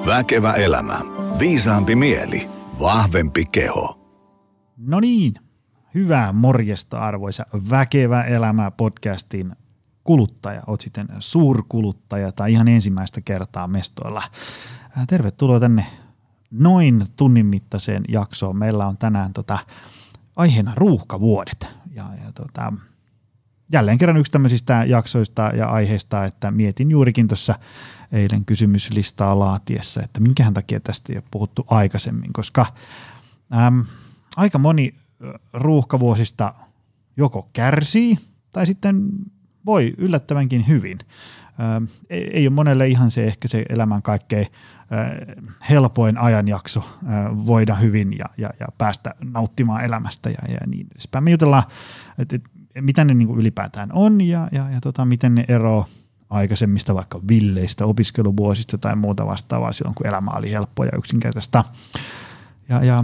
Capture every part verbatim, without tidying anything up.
Väkevä elämä. Viisaampi mieli. Vahvempi keho. No niin, hyvää morjesta arvoisa Väkevä elämä podcastin kuluttaja. Oot sitten suurkuluttaja tai ihan ensimmäistä kertaa mestoilla. Tervetuloa tänne noin tunnin mittaiseen jaksoon. Meillä on tänään tota, aiheena ruuhkavuodet. Ja, ja tota, jälleen kerran yksi tämmöisistä jaksoista ja aiheista, että mietin juurikin tuossa eilen kysymyslistaa laatiessa, että minkähän takia tästä ei ole puhuttu aikaisemmin, koska äm, aika moni ruuhkavuosista joko kärsii tai sitten voi yllättävänkin hyvin. Ähm, ei, ei ole monelle ihan se ehkä se elämän kaikkein äh, helpoin ajanjakso äh, voida hyvin ja, ja, ja päästä nauttimaan elämästä ja, ja niin edespäin. Me jutellaan, että et, mitä ne niinku ylipäätään on ja, ja, ja tota, miten ne eroaa aikaisemmista vaikka villeistä, opiskeluvuosista tai muuta vastaavaa silloin, kun elämä oli helppoa ja yksinkertaista. Ja, ja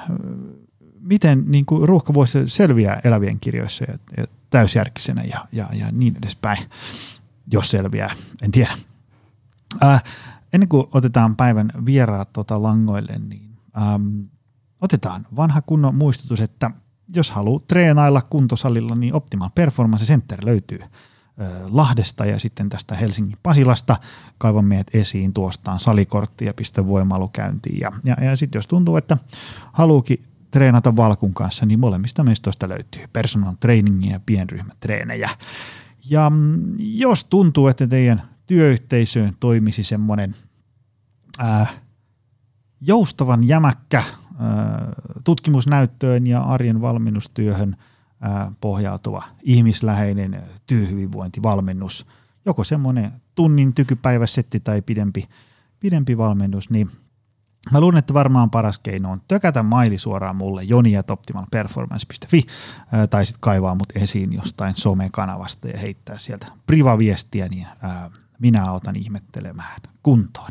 miten niin kuin ruuhkavuosissa selviää elävien kirjoissa ja, ja täysjärkisenä ja, ja, ja niin edespäin, jos selviää, en tiedä. Ää, ennen kuin otetaan päivän vieraat tota langoille, niin äm, otetaan vanha kunnon muistutus, että jos haluaa treenailla kuntosalilla, niin Optimal Performance Center löytyy Lahdesta ja sitten tästä Helsingin Pasilasta. Kaivan meidät esiin, tuostaan salikortti ja pistä voimailu käyntiin. Ja, ja, ja sitten jos tuntuu, että haluukin treenata Valkun kanssa, niin molemmista mestoista löytyy personal trainingia ja pienryhmätreenejä. Ja jos tuntuu, että teidän työyhteisöön toimisi semmoinen äh, joustavan jämäkkä äh, tutkimusnäyttöön ja arjen valmennustyöhön pohjautuva ihmisläheinen työhyvinvointivalmennus, joko semmoinen tunnin tykypäiväsetti tai pidempi, pidempi valmennus, niin mä luulen, että varmaan paras keino on tökätä maili suoraan mulle joni at optimal performance piste fi tai sitten kaivaa mut esiin jostain somekanavasta ja heittää sieltä privaviestiä, niin ää, minä otan ihmettelemään kuntoon.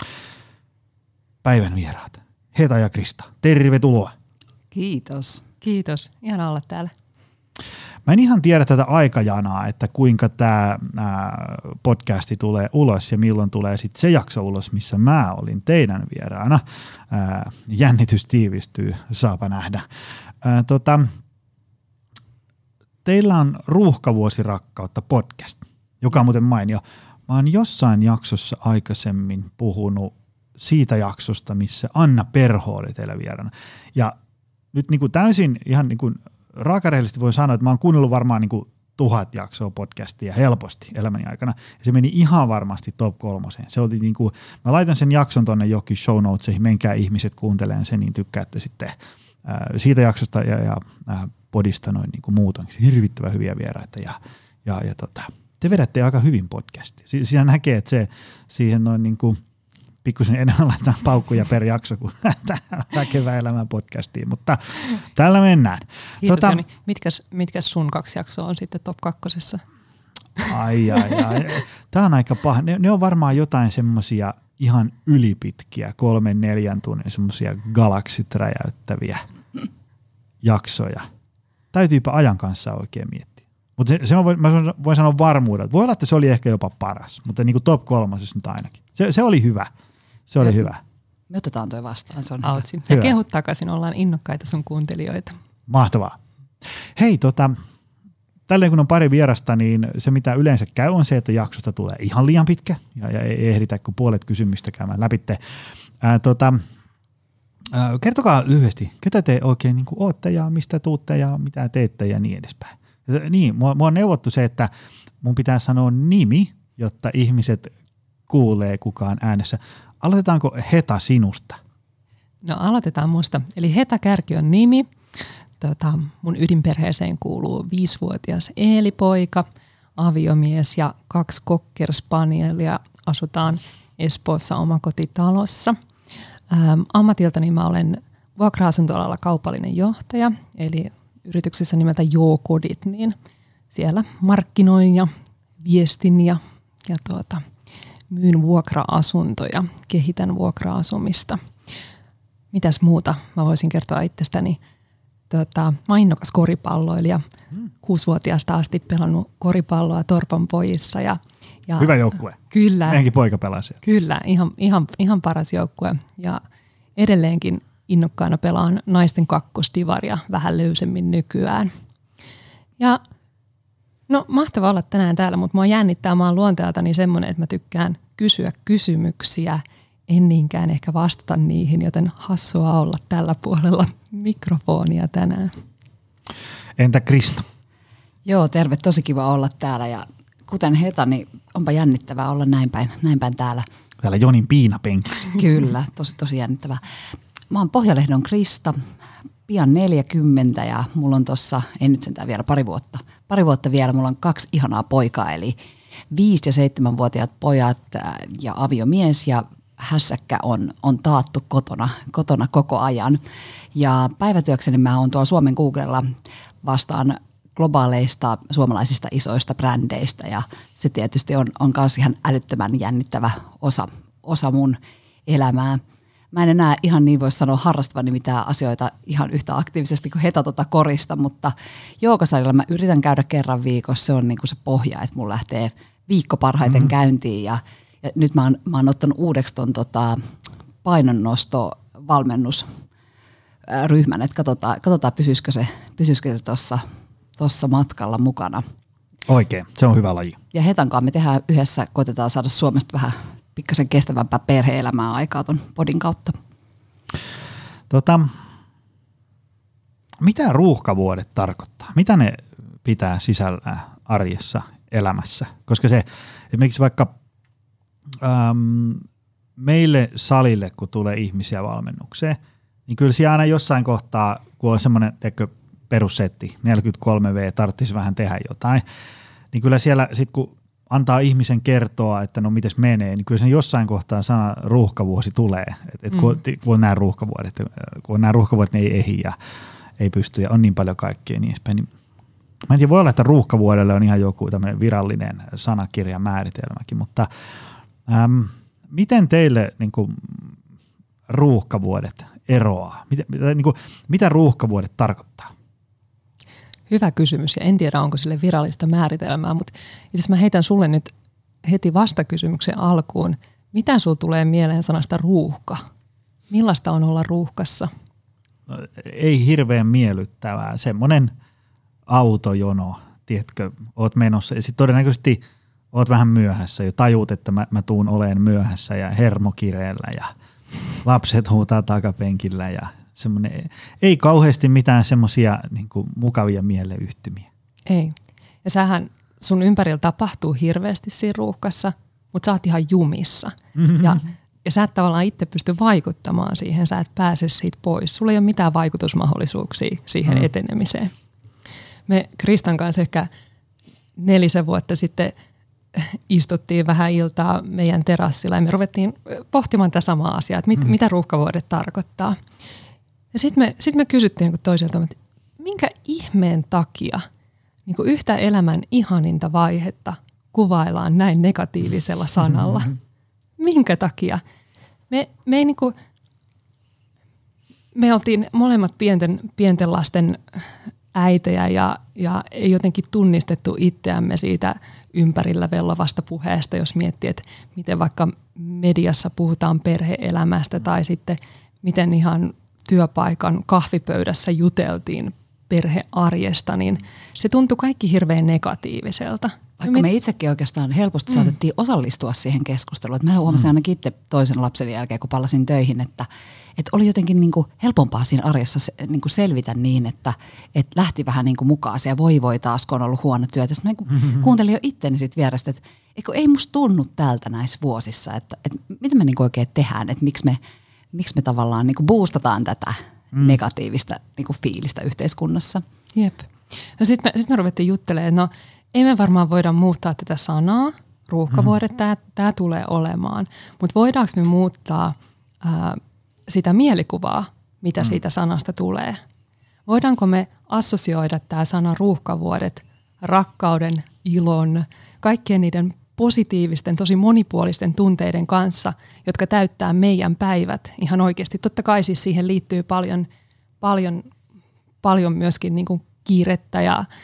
Päivän vieraat, Heta ja Krista, tervetuloa. Kiitos. Kiitos, ihana olla täällä. Mä en ihan tiedä tätä aikajanaa, että kuinka tämä podcasti tulee ulos ja milloin tulee sitten se jakso ulos, missä mä olin teidän vieraana. Ää, jännitys tiivistyy, saapa nähdä. Ää, tota, teillä on Ruuhkavuosirakkautta podcast, joka on muuten mainio. Mä oon jossain jaksossa aikaisemmin puhunut siitä jaksosta, missä Anna Perho oli teillä vieraana. Ja nyt niin kuin täysin ihan niin kuin raakarehellisesti voin sanoa, että mä oon kuunnellut varmaan niin kuin tuhat jaksoa podcastia helposti elämäni aikana. Ja se meni ihan varmasti top kolmoseen. Se oli niin kuin, mä laitan sen jakson tonne jokin show notesihin, menkää ihmiset kuuntelemaan sen, niin tykkäätte sitten ää, siitä jaksosta ja, ja ää, podista noin niin kuin muutoin. Hirvittävän hyviä vieraita ja, ja, ja tota, te vedätte aika hyvin podcastia. Si- siinä näkee, että se siihen noin niin kuin pikkusen enemmän laitetaan paukkuja per jakso kuin tähän Väkevä elämä podcastiin, mutta täällä mennään. Kiitos tota, Joni. Mitkäs, mitkäs sun kaksi jaksoa on sitten top kakkosessa? Ai ai ai. Tämä on aika paha. Ne, ne on varmaan jotain semmoisia ihan ylipitkiä, kolmen neljän tunnin semmoisia galaksit räjäyttäviä jaksoja. Täytyypä ajan kanssa oikein miettiä. Mutta se, se mä, voin, mä voin sanoa varmuudella. Voi olla, että se oli ehkä jopa paras, mutta niin kuin top kolmosessa nyt ainakin. Se, se oli hyvä. Se oli me, hyvä. Me otetaan toi vastaan, se on Autsi. hyvä. Ja hyvä. kehut takaisin, ollaan innokkaita sun kuuntelijoita. Mahtavaa. Hei, tota, tälleen kun on pari vierasta, niin se mitä yleensä käy on se, että jaksosta tulee ihan liian pitkä ja, ja ei ehditä kuin puolet kysymystä käymään läpitte. Ää, tota, ää, kertokaa lyhyesti, ketä te oikein niin kuin ootte ja mistä tuutte ja mitä teette ja niin edespäin. Ja, niin, mua, mua on neuvottu se, että mun pitää sanoa nimi, jotta ihmiset kuulee kukaan äänessä. Aloitetaanko Heta sinusta? No aloitetaan musta. Eli Heta Kärki on nimi. Tota, mun ydinperheeseen kuuluu viisivuotias Eeli-poika, aviomies ja kaksi cocker-spanielia. Asutaan Espoossa omakotitalossa. Ähm, ammatiltani mä olen vuokra-asuntoalalla kaupallinen johtaja, eli yrityksessä nimeltä Joo-kodit, niin siellä markkinoin ja viestin ja, ja tuota, myyn vuokra-asuntoja, kehitän vuokra-asumista. Mitäs muuta mä voisin kertoa itsestäni? Tota, mä oon innokas koripalloilija. Hmm. Kuusivuotiaasta asti pelannut koripalloa Torpan pojissa ja, Ja hyvä joukkue. Kyllä. Meidänkin poika pelasi. Kyllä, ihan, ihan, ihan paras joukkue. Ja edelleenkin innokkaana pelaan naisten kakkosdivaria vähän löysemmin nykyään. Ja no mahtavaa olla tänään täällä, mutta mua jännittää, mä oon luonteeltani semmoinen, että mä tykkään kysyä kysymyksiä, en niinkään ehkä vastata niihin, joten hassua olla tällä puolella mikrofonia tänään. Entä Krista? Joo, terve. Tosi kiva olla täällä ja kuten Heta, niin onpa jännittävää olla näin päin, näin päin täällä. Täällä Jonin piinapenkissä. Kyllä, tosi tosi jännittävää. Mä oon Pohjalehdon Krista, pian neljäkymmentä ja mulla on tossa, en nyt sentään vielä pari vuotta, pari vuotta vielä, mulla on kaksi ihanaa poikaa, eli viisi- ja seitsemänvuotiaat pojat ja aviomies ja hässäkkä on, on taattu kotona, kotona koko ajan. Ja päivätyökseni mä oon tuolla Suomen Googlella vastaan globaaleista suomalaisista isoista brändeistä ja se tietysti on, on kans ihan älyttömän jännittävä osa, osa mun elämää. Mä en enää ihan niin voi sanoa harrastavani mitään asioita ihan yhtä aktiivisesti kuin Heta tota korista, mutta joogasalilla mä yritän käydä kerran viikossa. Se on niin kuin se pohja, että mun lähtee viikko parhaiten mm-hmm. käyntiin ja, ja nyt mä oon, mä oon ottanut uudeksi ton tota painonnosto-valmennusryhmän, että katsotaan, katsotaan pysyisikö se, pysyisikö se tossa, tossa matkalla mukana. Oikein, se on hyvä laji. Ja Hetan kanssa me tehdään yhdessä, koitetaan saada Suomesta vähän pikkasen kestävämpää perhe-elämää aikaa ton podin kautta. Tota, mitä ruuhkavuodet tarkoittaa? Mitä ne pitää sisällään arjessa, elämässä? Koska se, esimerkiksi vaikka äm, meille salille, kun tulee ihmisiä valmennukseen, niin kyllä siellä aina jossain kohtaa, kun on semmoinen perussetti, neljäkymmentäkolme vuotta, tarvitsisi vähän tehdä jotain, niin kyllä siellä sitten kun antaa ihmisen kertoa, että no mites menee, niin kyllä sen jossain kohtaa sana ruuhkavuosi tulee. Et, et mm. kun, kun on nämä ruuhkavuodet, kun on nämä ruuhkavuodet, ne ei ehdi ja ei pysty ja on niin paljon kaikkea niin edespäin. Niin, mä en tiedä, voi olla, että ruuhkavuodelle on ihan joku tämmöinen virallinen sanakirja määritelmäkin, mutta äm, miten teille niin kuin, ruuhkavuodet eroaa? Mitä, niin kuin, mitä ruuhkavuodet tarkoittaa? Hyvä kysymys ja en tiedä, onko sille virallista määritelmää, mutta itse mä heitän sulle nyt heti vastakysymyksen alkuun. Mitä sulla tulee mieleen sanasta ruuhka? Millaista on olla ruuhkassa? No, ei hirveän miellyttävää. Semmoinen autojono, tiedätkö, oot menossa ja sitten todennäköisesti oot vähän myöhässä jo. Tajuut, että mä, mä tuun oleen myöhässä ja hermokireellä ja lapset huutaa takapenkillä ja semmoinen, ei kauheasti mitään semmoisia niin kuin mukavia mieleyhtymiä. Ei. Ja sähän, sun ympärillä tapahtuu hirveästi siinä ruuhkassa, mutta sä oot ihan jumissa. Mm-hmm. Ja, ja sä et tavallaan itse pysty vaikuttamaan siihen, sä et pääse siitä pois. Sulla ei ole mitään vaikutusmahdollisuuksia siihen mm. etenemiseen. Me Kristan kanssa ehkä nelisen vuotta sitten istuttiin vähän iltaa meidän terassilla ja me ruvettiin pohtimaan tätä samaa asiaa, että mit, mm. mitä ruuhkavuodet tarkoittaa. Ja sitten me, sit me kysyttiin niin toiselta, että minkä ihmeen takia niin yhtä elämän ihaninta vaihetta kuvaillaan näin negatiivisella sanalla? Mm-hmm. Minkä takia? Me, me, ei niin kuin, me oltiin molemmat pienten, pienten lasten äitejä ja, ja ei jotenkin tunnistettu itseämme siitä ympärillä vellovasta puheesta, jos miettii, että miten vaikka mediassa puhutaan perhe-elämästä tai sitten miten ihan työpaikan kahvipöydässä juteltiin perhearjesta, niin se tuntui kaikki hirveän negatiiviselta. Vaikka me itsekin oikeastaan helposti mm. saatettiin osallistua siihen keskusteluun. Mä huomasin ainakin itse toisen lapsen jälkeen, kun palasin töihin, että, että oli jotenkin niin kuin helpompaa siinä arjessa se, niin kuin selvitä niin, että, että lähti vähän niin kuin mukaan se ja voi voi taas, kun on ollut huono työtä. Sitten niin mm-hmm. kuuntelin jo itteni sit vierestä, että eikö, ei musta tunnu tältä näissä vuosissa, että, että mitä me niin kuin oikein tehdään, että miksi me, miksi me tavallaan niin kuin boostataan tätä mm. negatiivista niin kuin fiilistä yhteiskunnassa. Jep. No sitten me, sit me ruvettiin juttelemaan, no ei me varmaan voida muuttaa tätä sanaa, ruuhkavuodet, mm. tämä tulee olemaan, mutta voidaanko me muuttaa ää, sitä mielikuvaa, mitä mm. siitä sanasta tulee? Voidaanko me assosioida tämä sana ruuhkavuodet rakkauden, ilon, kaikkien niiden positiivisten, tosi monipuolisten tunteiden kanssa, jotka täyttää meidän päivät ihan oikeasti. Totta kai siis siihen liittyy paljon, paljon, paljon myöskin niin kuin kiirettä ja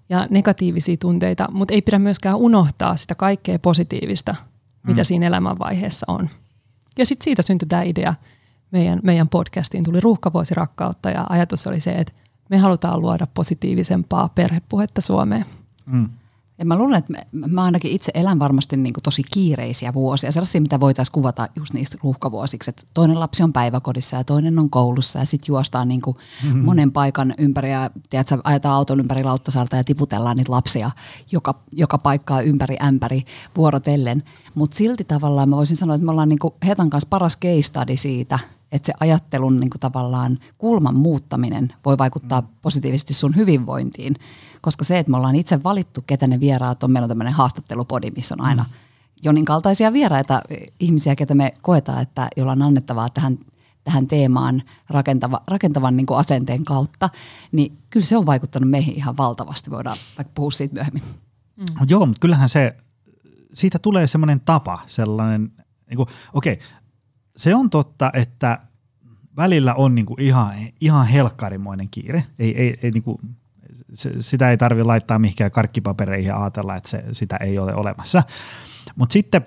ja negatiivisia tunteita, mutta ei pidä myöskään unohtaa sitä kaikkea positiivista, mitä mm. siinä elämänvaiheessa on. Ja sitten siitä syntyi tämä idea. Meidän, meidän podcastiin tuli Ruuhkavuosi rakkautta ja ajatus oli se, että me halutaan luoda positiivisempaa perhepuhetta Suomeen. Mm. Ja mä luulen, että mä, mä ainakin itse elän varmasti niin kuin tosi kiireisiä vuosia, sellaisia, mitä voitaisiin kuvata just niistä ruuhkavuosiksi, että toinen lapsi on päiväkodissa ja toinen on koulussa ja sitten juostaan niin kuin mm-hmm. monen paikan ympäri ja tiedätkö, ajetaan auton ympäri Lauttasaarta ja tiputellaan niitä lapsia joka, joka paikkaa ympäri ämpäri vuorotellen. Mutta silti tavallaan mä voisin sanoa, että me ollaan niin kuin Hetan kanssa paras case study siitä, että se ajattelun niin kuin tavallaan kulman muuttaminen voi vaikuttaa positiivisesti sun hyvinvointiin. Koska se, että me ollaan itse valittu, ketä ne vieraat on, meillä on tämmöinen haastattelupodi, missä on aina Jonin kaltaisia vieraita ihmisiä, ketä me koetaan, että jolla on annettavaa tähän, tähän teemaan rakentava, rakentavan niin kuin asenteen kautta, niin kyllä se on vaikuttanut meihin ihan valtavasti. Voidaan vaikka puhua siitä myöhemmin. Mm. Joo, mutta kyllähän se, siitä tulee semmoinen tapa, sellainen, niin kuin, okei, se on totta, että välillä on niin kuin ihan, ihan helkkarimoinen kiire, ei, ei, ei niin kuin sitä ei tarvitse laittaa mihinkään karkkipapereihin ja ajatella, että se, sitä ei ole olemassa. Mutta sitten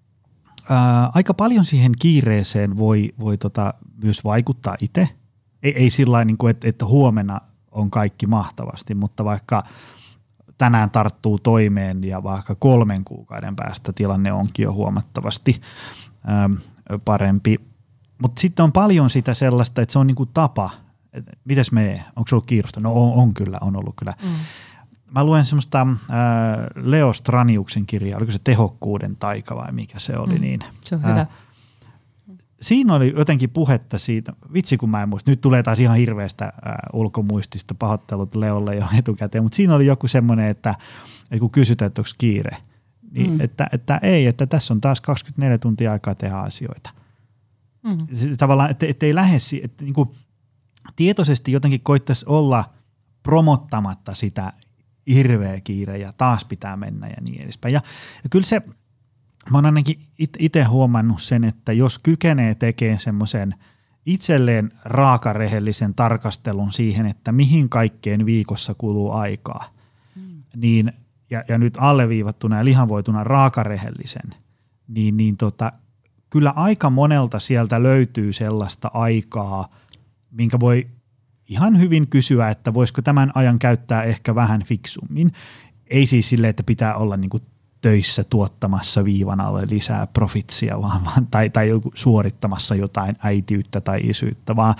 ää, aika paljon siihen kiireeseen voi, voi tota myös vaikuttaa itse. Ei, ei sillä lailla, niin että, että huomenna on kaikki mahtavasti, mutta vaikka tänään tarttuu toimeen ja vaikka kolmen kuukauden päästä tilanne onkin jo huomattavasti ää, parempi. Mutta sitten on paljon sitä sellaista, että se on niinku tapa. Mites menee? Onko se ollut kiirusta? No on, on kyllä, on ollut kyllä. Mm. Mä luen semmoista äh, Leo Straniuksen kirjaa, oliko se Tehokkuuden taika vai mikä se oli. Mm. Niin, se on äh, hyvä. Siinä oli jotenkin puhetta siitä, vitsi kun mä en muista, nyt tulee taas ihan hirveästä äh, ulkomuistista, pahoittelut Leolle jo etukäteen, mutta siinä oli joku semmoinen, että, että kun kysytään, että onko kiire, niin mm. että, että ei, että tässä on taas kaksikymmentäneljä tuntia aikaa tehdä asioita. Mm. Tavallaan, että, että ei lähde, että niin kuin tietoisesti jotenkin koittaisi olla promottamatta sitä hirveä kiire ja taas pitää mennä ja niin edespäin. Ja, ja kyllä se, mä oon ainakin itse huomannut sen, että jos kykenee tekemään semmoisen itselleen raakarehellisen tarkastelun siihen, että mihin kaikkeen viikossa kuluu aikaa, mm. niin, ja, ja nyt alleviivattuna ja lihanvoituna raakarehellisen, niin, niin tota, kyllä aika monelta sieltä löytyy sellaista aikaa, minkä voi ihan hyvin kysyä, että voisiko tämän ajan käyttää ehkä vähän fiksummin. Ei siis silleen, että pitää olla niinku töissä tuottamassa viivan alle lisää profitsia, vaan, vaan, tai, tai joku suorittamassa jotain äitiyttä tai isyyttä, vaan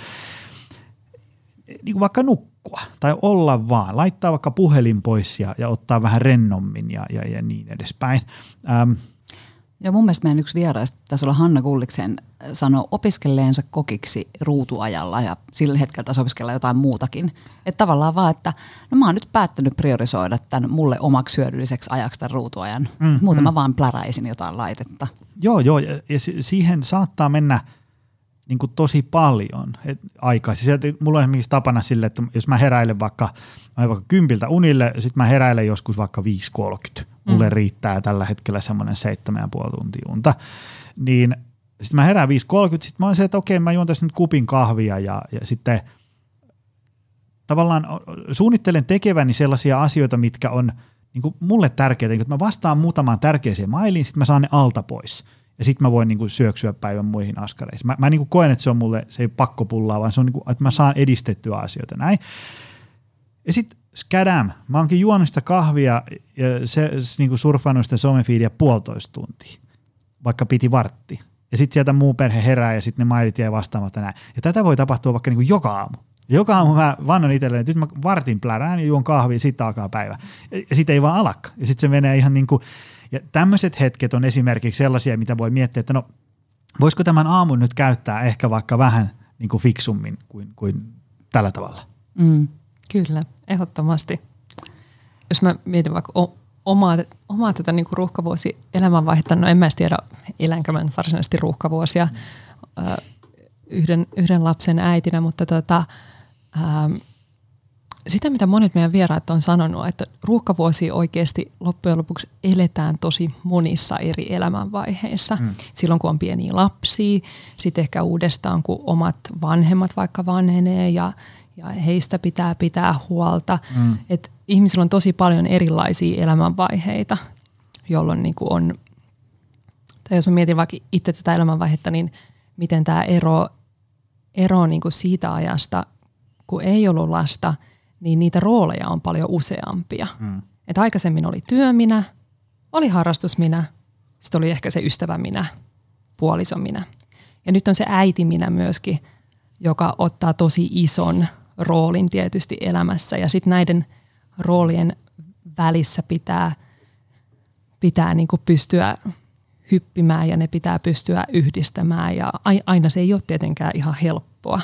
niin vaikka nukkua tai olla vaan, laittaa vaikka puhelin pois ja, ja ottaa vähän rennommin ja, ja, ja niin edespäin. Ähm, Ja mun mielestä meidän yksi vieraista, taisi olla Hanna Kulliksen, sanoi opiskelleensa kokiksi ruutuajalla ja sillä hetkellä taisi opiskella jotain muutakin. Että tavallaan vaan, että no mä oon nyt päättänyt priorisoida tämän mulle omaksi hyödylliseksi ajaksi tämän ruutuajan. Mm, Muuten mm. mä vaan pläräisin jotain laitetta. Joo, joo ja, ja siihen saattaa mennä niin kuin tosi paljon aikaa. Siis mulla on esimerkiksi tapana sille, että jos mä heräilen vaikka, mä vaikka kympiltä unille, sitten mä heräilen joskus vaikka viisi kolmekymmentä. Mulle mm. riittää tällä hetkellä semmoinen seitsemän ja puoli tuntia unta. Niin sitten mä herään viisi kolmekymmentä, sitten mä oon se, että okei, mä juon tässä nyt kupin kahvia ja, ja sitten tavallaan suunnittelen tekeväni sellaisia asioita, mitkä on niin kuin mulle tärkeitä. Että mä vastaan muutamaan tärkeäseen mailiin, sitten mä saan ne alta pois. Ja sitten mä voin niin kuin syöksyä päivän muihin askareisiin. Mä, mä niin kuin koen, että se on mulle, se ei pakkopullaa, vaan se on niin kuin, että mä saan edistettyä asioita näin. Ja sitten skadam, mä oonkin juonut sitä kahvia ja se, se niin kuin surfannut sitä somefiidiä puolitoista tuntia, vaikka piti vartti. Ja sitten sieltä muu perhe herää ja sitten ne mailit jäi vastaamatta näin. Ja tätä voi tapahtua vaikka niin kuin joka aamu. Ja joka aamu mä vannon itselleen, että nyt mä vartin plärään ja juon kahvia ja sitten alkaa päivä. Ja sitten ei vaan alakka. Ja sitten se menee ihan niin kuin, ja tämmöiset hetket on esimerkiksi sellaisia, mitä voi miettiä, että no voisiko tämän aamun nyt käyttää ehkä vaikka vähän niin kuin fiksummin kuin, kuin tällä tavalla. Mm. Kyllä, ehdottomasti. Jos mä mietin vaikka o- omaa, omaa tätä niin kuin ruuhkavuosi elämänvaihetta, no en mä tiedä, elänkö mä varsinaisesti ruuhkavuosia mm. yhden, yhden lapsen äitinä, mutta tota, ähm, sitä, mitä monet meidän vieraat on sanonut, että ruuhkavuosia oikeasti loppujen lopuksi eletään tosi monissa eri elämänvaiheissa. Mm. Silloin, kun on pieniä lapsia, sitten ehkä uudestaan, kun omat vanhemmat vaikka vanhenee ja, ja heistä pitää pitää huolta. Mm. Et ihmisillä on tosi paljon erilaisia elämänvaiheita, jolloin niin kuin on, tai jos mä mietin vaikka itse tätä elämänvaihetta, niin miten tämä ero, ero niin kuin siitä ajasta, kun ei ollut lasta, niin niitä rooleja on paljon useampia. Mm. Et aikaisemmin oli työ minä, oli harrastus minä, sitten oli ehkä se ystävä minä, puoliso minä. Ja nyt on se äiti minä myöskin, joka ottaa tosi ison roolin tietysti elämässä. Ja sitten näiden roolien välissä pitää, pitää niinku pystyä hyppimään ja ne pitää pystyä yhdistämään. Ja aina se ei ole tietenkään ihan helppoa.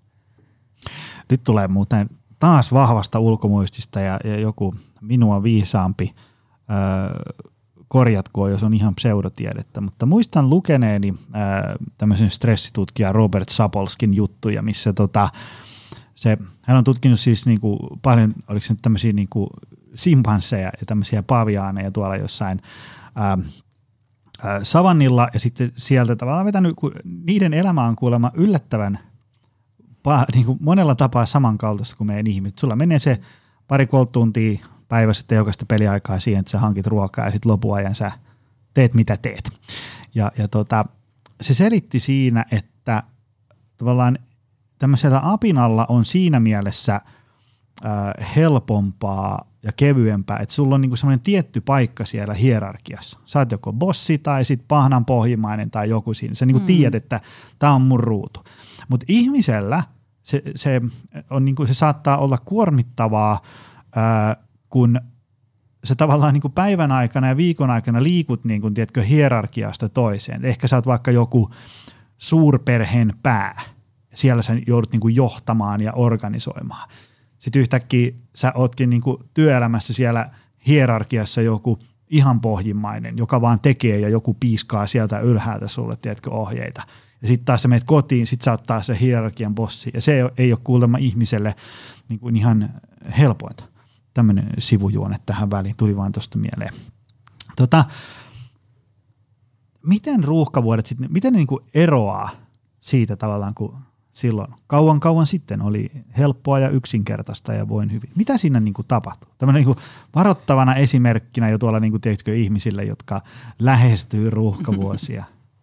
Nyt tulee muuten taas vahvasta ulkomuistista ja, ja joku minua viisaampi öö, korjatkoon, jos on ihan pseudotiedettä, mutta muistan lukeneeni öö, tämmöisen stressitutkija Robert Sapolskin juttuja, missä tota, se, hän on tutkinut siis niinku paljon, oliko se nyt tämmöisiä niinku simpansseja ja tämmöisiä paviaaneja tuolla jossain öö, öö, savannilla ja sitten sieltä tavallaan vetänyt, niiden elämä on kuulemma yllättävän niin kuin monella tapaa samankaltaista kuin meidän ihmiset. Sulla menee se pari-kolme tuntia päivässä tehokasta peliaikaa siihen, että sä hankit ruokaa ja sitten lopuajan sä teet mitä teet. Ja, ja tota, se selitti siinä, että tavallaan tämmöisellä apinalla on siinä mielessä äh, helpompaa ja kevyempää, että sulla on niinku semmoinen tietty paikka siellä hierarkiassa. Sä oot joko bossi tai sit pahnan pohjimainen tai joku siinä. Sä niinku mm. tiedät, että tää on mun ruutu. Mutta ihmisellä se, se, on niinku, se saattaa olla kuormittavaa, ää, kun sä tavallaan niinku päivän aikana ja viikon aikana liikut niinku, tiedätkö, hierarkiasta toiseen. Ehkä sä oot vaikka joku suurperheen pää. Siellä sä joudut niinku johtamaan ja organisoimaan. Sitten yhtäkkiä sä ootkin niinku työelämässä siellä hierarkiassa joku ihan pohjimmainen, joka vaan tekee ja joku piiskaa sieltä ylhäältä sulle, tiedätkö, ohjeita. Ja sitten taas sä menet kotiin, sit sä oot taas se hierarkian bossi. Ja se ei ole kuulemma ihmiselle niin kuin ihan helpointa. Tämmöinen sivujuone tähän väliin tuli vaan tuosta mieleen. Tota, miten ruuhkavuodet sitten, miten ne niin kuin eroaa siitä tavallaan, kun silloin kauan kauan sitten oli helppoa ja yksinkertaista ja voin hyvin. Mitä siinä niin kuin tapahtuu? Tämmöinen niin kuin varoittavana esimerkkinä jo tuolla niin kuin, tiedätkö, ihmisille, jotka lähestyy ruuhkavuosia.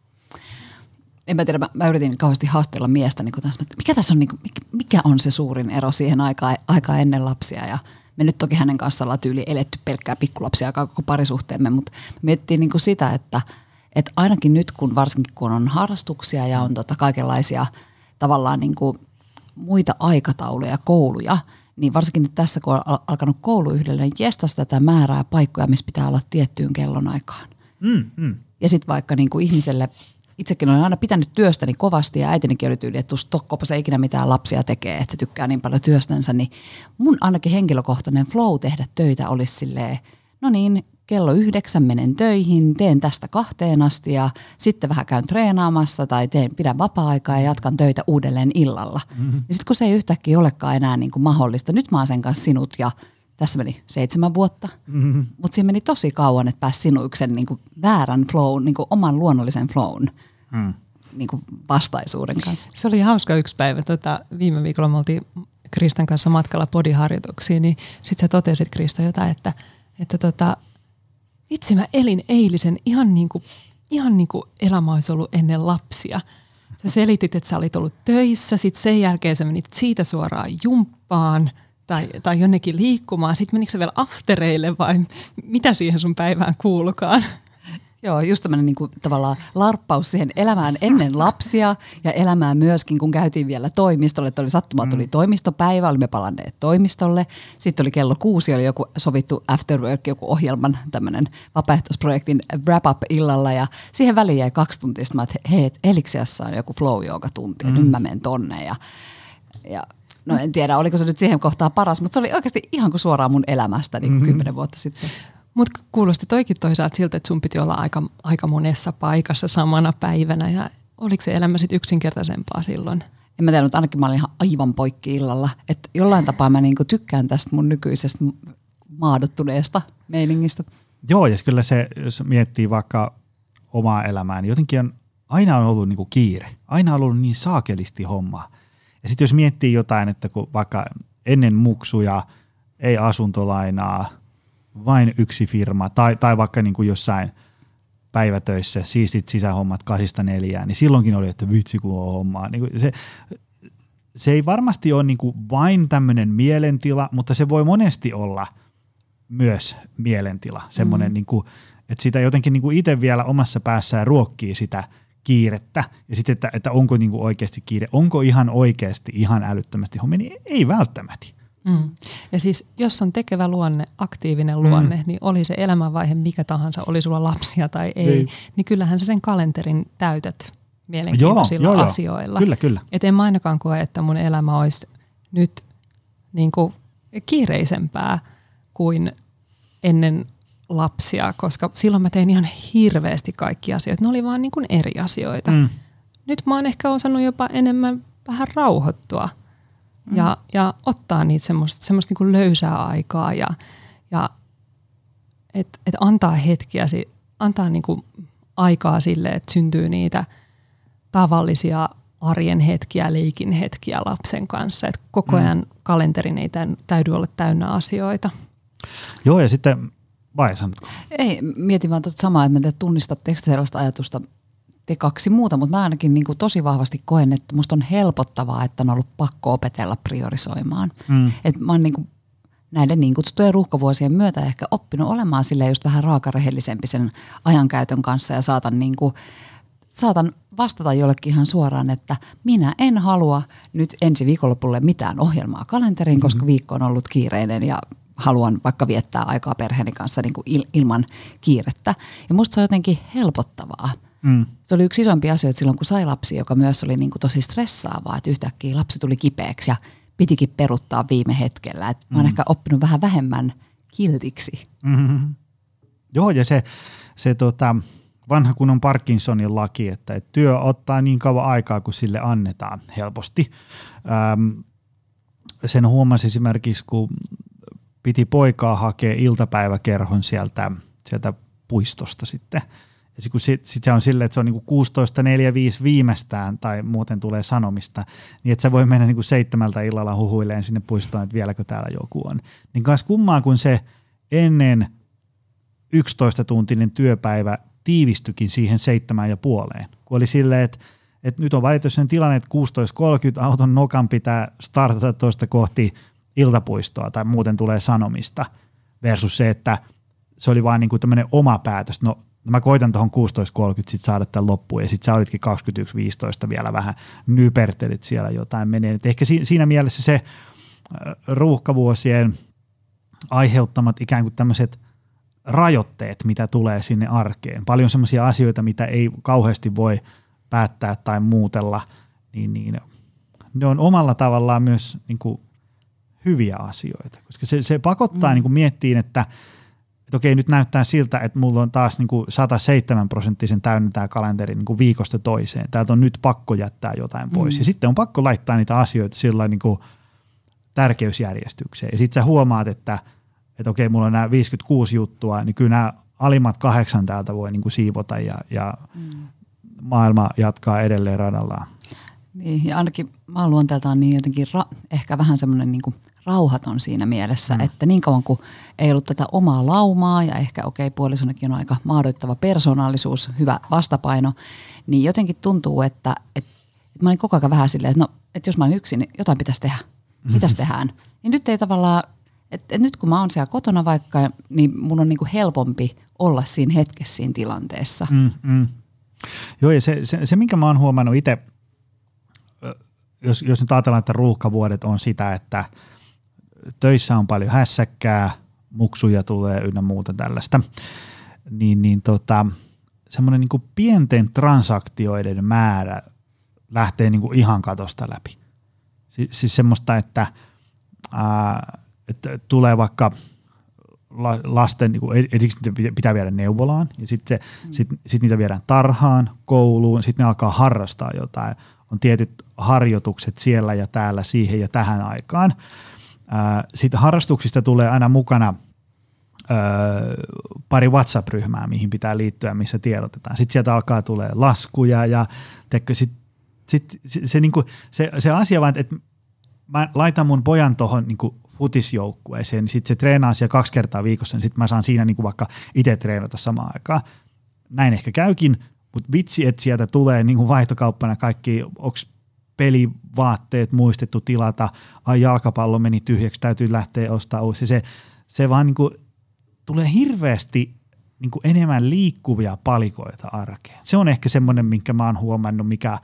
En mä tiedä, mä, mä yritin kauheasti haastella miestä, niin tässä, mikä tässä on, niin kuin, mikä on se suurin ero siihen aikaan, aikaan ennen lapsia. Ja me nyt toki hänen kanssaan ollaan tyyli eletty pelkkää pikkulapsia aikaa koko parisuhteemme, mutta mietittiin niin kuin sitä, että, että ainakin nyt, kun varsinkin kun on harrastuksia ja on tota kaikenlaisia tavallaan niin kuin muita aikatauluja ja kouluja, niin varsinkin nyt tässä, kun on alkanut koulu yhdelle, niin jestas tätä määrää paikkoja, missä pitää olla tiettyyn kellonaikaan. Mm, mm. Ja sitten vaikka niin kuin ihmiselle, itsekin olen aina pitänyt työstäni kovasti ja äitinikin oli tyyli, että tuossa tokkopa se ikinä mitään lapsia tekee, että se tykkää niin paljon työstänsä, niin mun ainakin henkilökohtainen flow tehdä töitä olisi silleen, no niin, kello yhdeksän menen töihin, teen tästä kahteen asti ja sitten vähän käyn treenaamassa tai teen, pidän vapaa-aikaa ja jatkan töitä uudelleen illalla. Mm-hmm. Ja sitten kun se ei yhtäkkiä olekaan enää niin kuin mahdollista, nyt mä oon sen kanssa sinut ja tässä meni seitsemän vuotta, mm-hmm. mutta siinä meni tosi kauan, että pääsi sinuiksen niin kuin väärän flown, niin kuin oman luonnollisen flown mm. niin kuin vastaisuuden kanssa. Se oli hauska yksi päivä. Tota, viime viikolla me oltiin Kristan kanssa matkalla podiharjoituksiin, niin sitten sä totesit, Krista, jotain, että, että tota, vitsi mä elin eilisen ihan niin kuin, ihan niin kuin elämä olisi ollut ennen lapsia. Sä selitit, että sä olit ollut töissä, sitten sen jälkeen sä menit siitä suoraan jumppaan, Tai, tai jonnekin liikkumaan. Sitten menikö se vielä aftereille vai mitä siihen sun päivään kuulukaan? Joo, just tämmöinen niin kuin tavallaan larppaus siihen elämään ennen lapsia ja elämään myöskin, kun käytiin vielä toimistolle. Että oli sattumaa, tuli toimistopäivä, olimme palanneet toimistolle. Sitten oli kello kuusi, oli joku sovittu afterwork, joku ohjelman tämmöinen vapaaehtoisprojektin wrap-up illalla. Ja siihen väliin jäi kaksi tuntia, sitten mä että hei, Eliksiassa on joku flow-jooga-tunti, ja mm. nyt mä menen tonne ja... ja no en tiedä, oliko se nyt siihen kohtaan paras, mutta se oli oikeasti ihan kuin suoraan mun elämästä niin kuin mm-hmm. kymmenen vuotta sitten. Mutta kuulosti toikin toisaalta siltä, että sun piti olla aika, aika monessa paikassa samana päivänä ja oliko se elämä sitten yksinkertaisempaa silloin? en mä tiedä, mutta ainakin mä olin ihan aivan poikki illalla. Että jollain tapaa mä niinku tykkään tästä mun nykyisestä maadottuneesta meiningistä. Joo, ja kyllä se, jos miettii vaikka omaa elämää, niin jotenkin on, aina on ollut niinku kiire. Aina on ollut niin saakelisti hommaa. Ja sitten jos miettii jotain, että kun vaikka ennen muksuja, ei asuntolainaa, vain yksi firma, tai, tai vaikka niinku jossain päivätöissä, siistit sisähommat kasista neljään, niin silloinkin oli, että vitsi kun on hommaa. Niin se, se ei varmasti ole niin kuin vain tämmöinen mielentila, mutta se voi monesti olla myös mielentila. Semmoinen, mm. niin kuin, että sitä jotenkin niin kuin itse vielä omassa päässään ruokkii sitä kiirettä. Ja sitten, että, että onko niin kuin oikeasti kiire, onko ihan oikeasti ihan älyttömästi homma, niin ei välttämättä. Mm. Ja siis jos on tekevä luonne, aktiivinen luonne, mm. niin oli se elämänvaihe mikä tahansa, oli sulla lapsia tai ei, niin, niin kyllähän sä sen kalenterin täytät mielenkiintoisilla joo, joo, asioilla. Kyllä, kyllä. Et en mä ainakaan koe, että mun elämä olisi nyt niin kuin kiireisempää kuin ennen lapsia, koska silloin mä tein ihan hirveästi kaikkia asioita. Ne oli vaan niin kuin eri asioita. Mm. Nyt mä oon ehkä osannut jopa enemmän vähän rauhoittua. Ja, ja ottaa niitä semmoista, semmoista niin kuin löysää aikaa ja, ja että et antaa hetkiä, antaa niin kuin aikaa sille, että syntyy niitä tavallisia arjen hetkiä, leikin hetkiä lapsen kanssa. Että koko ajan mm. kalenterin ei täydy olla täynnä asioita. Joo, ja sitten, vai sanotko? Ei, mietin vaan tuota samaa, että me tunnistatteko sellaista ajatusta, te kaksi muuta, mutta mä ainakin niin kuin tosi vahvasti koen, että musta on helpottavaa, että on ollut pakko opetella priorisoimaan. Mm. Et mä oon niin kuin näiden niin kutsuttujen ruuhkavuosien myötä ehkä oppinut olemaan silleen just vähän raakarehellisempi sen ajankäytön kanssa ja saatan, niin kuin, saatan vastata jollekin ihan suoraan, että minä en halua nyt ensi viikonlopulle mitään ohjelmaa kalenteriin, mm-hmm. koska viikko on ollut kiireinen ja haluan vaikka viettää aikaa perheeni kanssa niin kuin il- ilman kiirettä. Ja musta se on jotenkin helpottavaa. Mm. Se oli yksi isompia asioita silloin, kun sai lapsi, joka myös oli niin kuin tosi stressaavaa, että yhtäkkiä lapsi tuli kipeäksi ja pitikin peruttaa viime hetkellä. Et mä oon mm. ehkä oppinut vähän vähemmän kiltiksi. Mm-hmm. Joo, ja se, se tota, vanha kunnon Parkinsonin laki, että et työ ottaa niin kauan aikaa, kun sille annetaan helposti. Öm, sen huomasi esimerkiksi, kun piti poikaa hakea iltapäiväkerhon sieltä, sieltä puistosta sitten. Ja sitten sit, sit se on silleen, että se on niinku kuusitoista neljäkymmentäviisi viimeistään tai muuten tulee sanomista, niin että sä voi mennä niinku seitsemältä illalla huhuilleen sinne puistoon, että vieläkö täällä joku on. Niin kas kummaa, kun se ennen yksitoistatuntinen työpäivä tiivistykin siihen seitsemään ja puoleen. Kun oli silleen, että, että nyt on valittu sen tilanne, että kuusitoista kolmekymmentä auton nokan pitää startata tuosta kohti iltapuistoa tai muuten tulee sanomista versus se, että se oli vaan niinku tämmöinen oma päätös. No mä koitan tuohon kuusitoista kolmekymmentä sit saada tämän loppuun ja sitten sä olitkin kaksikymmentäyksi viisitoista vielä vähän nypertelit siellä jotain menee. Et ehkä si- siinä mielessä se ruuhkavuosien aiheuttamat ikään kuin tämmöiset rajoitteet, mitä tulee sinne arkeen. Paljon semmoisia asioita, mitä ei kauheasti voi päättää tai muutella, niin, niin ne on omalla tavallaan myös niin kuin hyviä asioita, koska se, se pakottaa mm. niin kuin miettiin, että että okei, nyt näyttää siltä, että mulla on taas niin kuin sata seitsemän prosenttisen täynnä tämä kalenteri niin kuin viikosta toiseen. Täältä on nyt pakko jättää jotain pois. Mm. Ja sitten on pakko laittaa niitä asioita sillä niin kuin tärkeysjärjestykseen. Ja sitten sä huomaat, että, että okei, mulla on nämä viisikymmentäkuusi juttua, niin kyllä nämä alimmat kahdeksan täältä voi niin kuin siivota ja, ja mm. maailma jatkaa edelleen radallaan. Niin, ja ainakin mä oon luonteeltaan niin jotenkin ra- ehkä vähän semmoinen niin kuin rauhaton siinä mielessä, mm. että niin kauan kuin ei ollut tätä omaa laumaa ja ehkä okei, okay, puolisonakin on aika maadoittava persoonallisuus, hyvä vastapaino, niin jotenkin tuntuu, että, että, että mä olin koko ajan vähän silleen, että no, että jos mä olin yksin, niin jotain pitäisi tehdä. Mitäs tehdään? Niin nyt ei tavallaan, että, että nyt kun mä oon siellä kotona vaikka, niin mun on niin kuin helpompi olla siinä hetkessä siinä tilanteessa. Mm, mm. Joo, ja se, se, se, minkä mä oon huomannut itse, jos, jos nyt ajatellaan, että ruuhkavuodet on sitä, että töissä on paljon hässäkkää, muksuja tulee ynnä muuta tällaista, niin, niin tota, semmoinen niin kuin pienten transaktioiden määrä lähtee niin kuin ihan katosta läpi. Si- siis semmoista, että, ää, että tulee vaikka la- lasten, niin kuin, ensiksi pitää viedä neuvolaan, ja sitten mm. sit, sit niitä viedään tarhaan, kouluun, sitten ne alkaa harrastaa jotain, on tietyt harjoitukset siellä ja täällä siihen ja tähän aikaan. Sitten harrastuksista tulee aina mukana Öö, pari WhatsApp-ryhmää, mihin pitää liittyä, missä tiedotetaan. Sitten sieltä alkaa tulee laskuja ja sit, sit, se, se, niinku, se, se asia vaan, että mä laitan mun pojan tuohon niinku futisjoukkueeseen, niin sitten se treenaa siellä kaksi kertaa viikossa, niin sitten mä saan siinä niinku vaikka itse treenata samaan aikaan. Näin ehkä käykin, mutta vitsi, että sieltä tulee niinku vaihtokauppana kaikki, onko pelivaatteet muistettu tilata, ai jalkapallo meni tyhjäksi, täytyy lähteä ostaa uusi. Se, se vaan niinku tulee hirveästi niin kuin enemmän liikkuvia palikoita arkeen. Se on ehkä semmoinen, minkä mä oon huomannut, mikä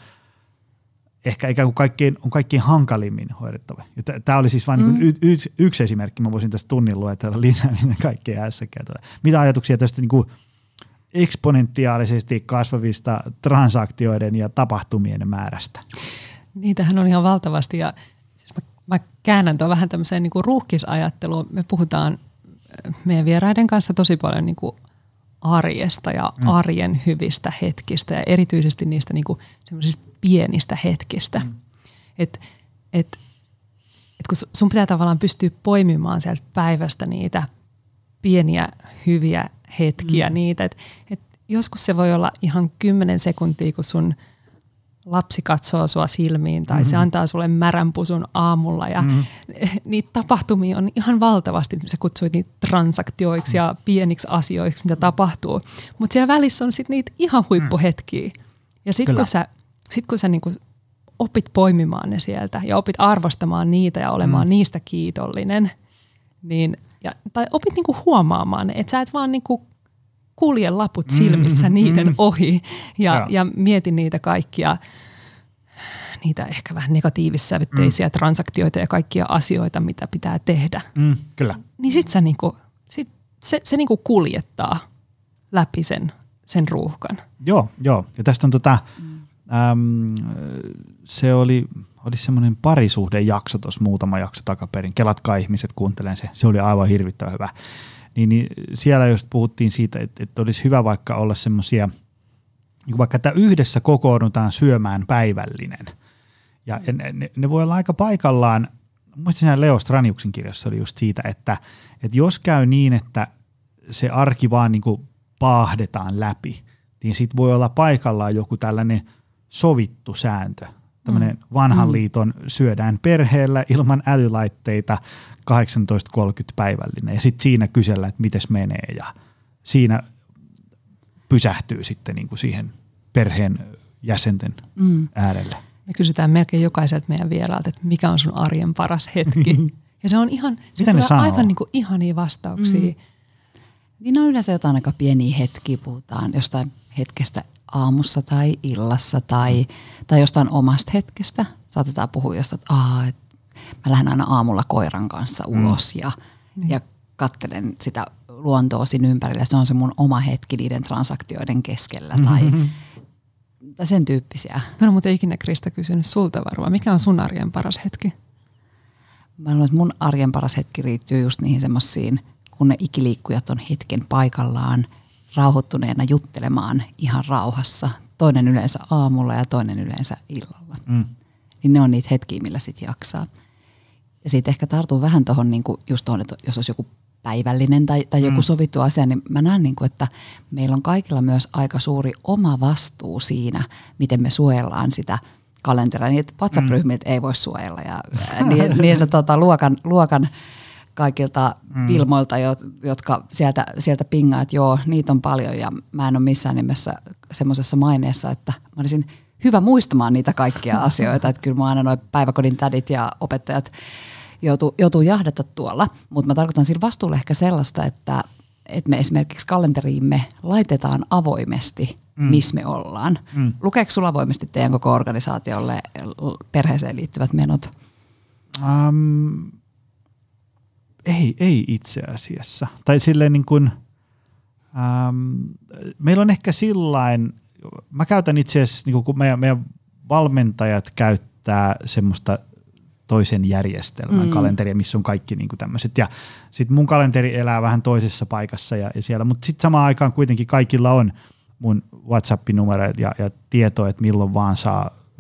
ehkä ikään kuin kaikkein, on kaikkein hankalimmin hoidettava. Tämä oli siis vain mm. niin y- y- yksi esimerkki, mä voisin tästä tunnin luetella lisää, mitä kaikkea ässäkään tulee. Mitä ajatuksia tästä niin kuin eksponentiaalisesti kasvavista transaktioiden ja tapahtumien määrästä? Niitähän on ihan valtavasti ja siis mä, mä käännän tuon vähän tämmöiseen niin kuin ruuhkisajatteluun. Me puhutaan meidän vieraiden kanssa tosi paljon niin kuin arjesta ja mm. arjen hyvistä hetkistä ja erityisesti niistä niin kuin semmoisista pienistä hetkistä. Mm. Että et, et kun sun pitää tavallaan pystyä poimimaan sieltä päivästä niitä pieniä hyviä hetkiä, mm. niitä, että et joskus se voi olla ihan kymmenen sekuntia, kun sun lapsi katsoo sua silmiin tai mm-hmm. se antaa sulle märän pusun aamulla ja mm-hmm. niitä tapahtumia on ihan valtavasti. Sä kutsuit niitä transaktioiksi ja pieniksi asioiksi, mitä tapahtuu. Mutta siellä välissä on sitten niitä ihan huippuhetkiä. Ja sitten kun sä, sit kun sä niinku opit poimimaan ne sieltä ja opit arvostamaan niitä ja olemaan mm. niistä kiitollinen, niin, ja, tai opit niinku huomaamaan ne, että sä et vaan niinku kulje laput silmissä mm, niiden mm. ohi ja, ja. ja mieti niitä kaikkia, niitä ehkä vähän negatiivissävytteisiä mm. transaktioita ja kaikkia asioita, mitä pitää tehdä. Mm, kyllä. Niin sit, sä niinku, sit se, se niinku kuljettaa läpi sen, sen ruuhkan. Joo, joo. Ja tästä on tota, mm. äm, se oli, oli semmoinen parisuhdejakso tuossa muutama jakso takaperin. Kelatkaa ihmiset, kuuntelen se. Se oli aivan hirvittävän hyvä. Niin, niin siellä just puhuttiin siitä, että, että olisi hyvä vaikka olla semmoisia, niin vaikka että yhdessä kokoonnutaan syömään päivällinen. Ja ne, ne, ne voi olla aika paikallaan, muistin siinä Leo Straniuksen kirjassa oli just siitä, että, että jos käy niin, että se arki vaan niin kuin paahdetaan läpi, niin sit voi olla paikallaan joku tällainen sovittu sääntö. Tämmöinen vanhan mm. liiton syödään perheellä ilman älylaitteita kahdeksantoista kolmekymmentä päivällinen ja sitten siinä kysellä, että mites menee ja siinä pysähtyy sitten niin kuin siihen perheen jäsenten mm. äärelle. Me kysytään melkein jokaiselta meidän vieraalta, että mikä on sun arjen paras hetki. Ja se on ihan, se mitä ne sanoo? Aivan niin kuin ihania vastauksia. Mm. Niin on yleensä jotain aika pieniä hetkiä, puhutaan jostain hetkestä aamussa tai illassa tai, tai jostain omasta hetkestä. Saatetaan puhua jostain, että Aa, et mä lähden aina aamulla koiran kanssa ulos mm. ja, mm. ja katselen sitä luontoa siinä ympärillä. Se on se mun oma hetki niiden transaktioiden keskellä tai, mm-hmm. tai sen tyyppisiä. Mä en ole muuten ikinä, Krista, kysynyt sulta varmaan. Mikä on sun arjen paras hetki? Mä luulen, että mun arjen paras hetki riittyy just niihin semmoisiin, kun ne ikiliikkujat on hetken paikallaan rauhoittuneena juttelemaan ihan rauhassa. Toinen yleensä aamulla ja toinen yleensä illalla. Mm. Niin ne on niitä hetkiä, millä sit jaksaa. Ja siitä ehkä tartun vähän tuohon, niin just tuohon, että jos olisi joku päivällinen tai, tai joku mm. sovittu asia, niin mä näen, niin kuin, että meillä on kaikilla myös aika suuri oma vastuu siinä, miten me suojellaan sitä kalenteria. Niitä WhatsApp-ryhmiltä mm. ei voi suojella ja niiltä tota, luokan, luokan kaikilta mm. filmoilta, jotka sieltä, sieltä pingaa, että joo, niitä on paljon ja mä en ole missään nimessä semmoisessa maineessa, että mä olisin hyvä muistamaan niitä kaikkia asioita, että kyllä mä aina noin päiväkodin tädit ja opettajat joutuu, joutuu jahdata tuolla, mutta mä tarkoitan sillä vastuulla ehkä sellaista, että, että me esimerkiksi kalenteriimme laitetaan avoimesti, mm. missä me ollaan. Mm. Lukeeko sulla avoimesti teidän koko organisaatiolle perheeseen liittyvät menot? Um, ei, ei itse asiassa. Tai silleen niin kuin, um, meillä on ehkä sillain, mä käytän itse asiassa, niin kun meidän, meidän valmentajat käyttää semmoista toisen järjestelmän mm. kalenteria, missä on kaikki niin tämmöiset. Ja sitten mun kalenteri elää vähän toisessa paikassa ja, ja siellä, mutta sitten samaan aikaan kuitenkin kaikilla on mun WhatsApp-numero ja, ja tieto, että milloin vaan saa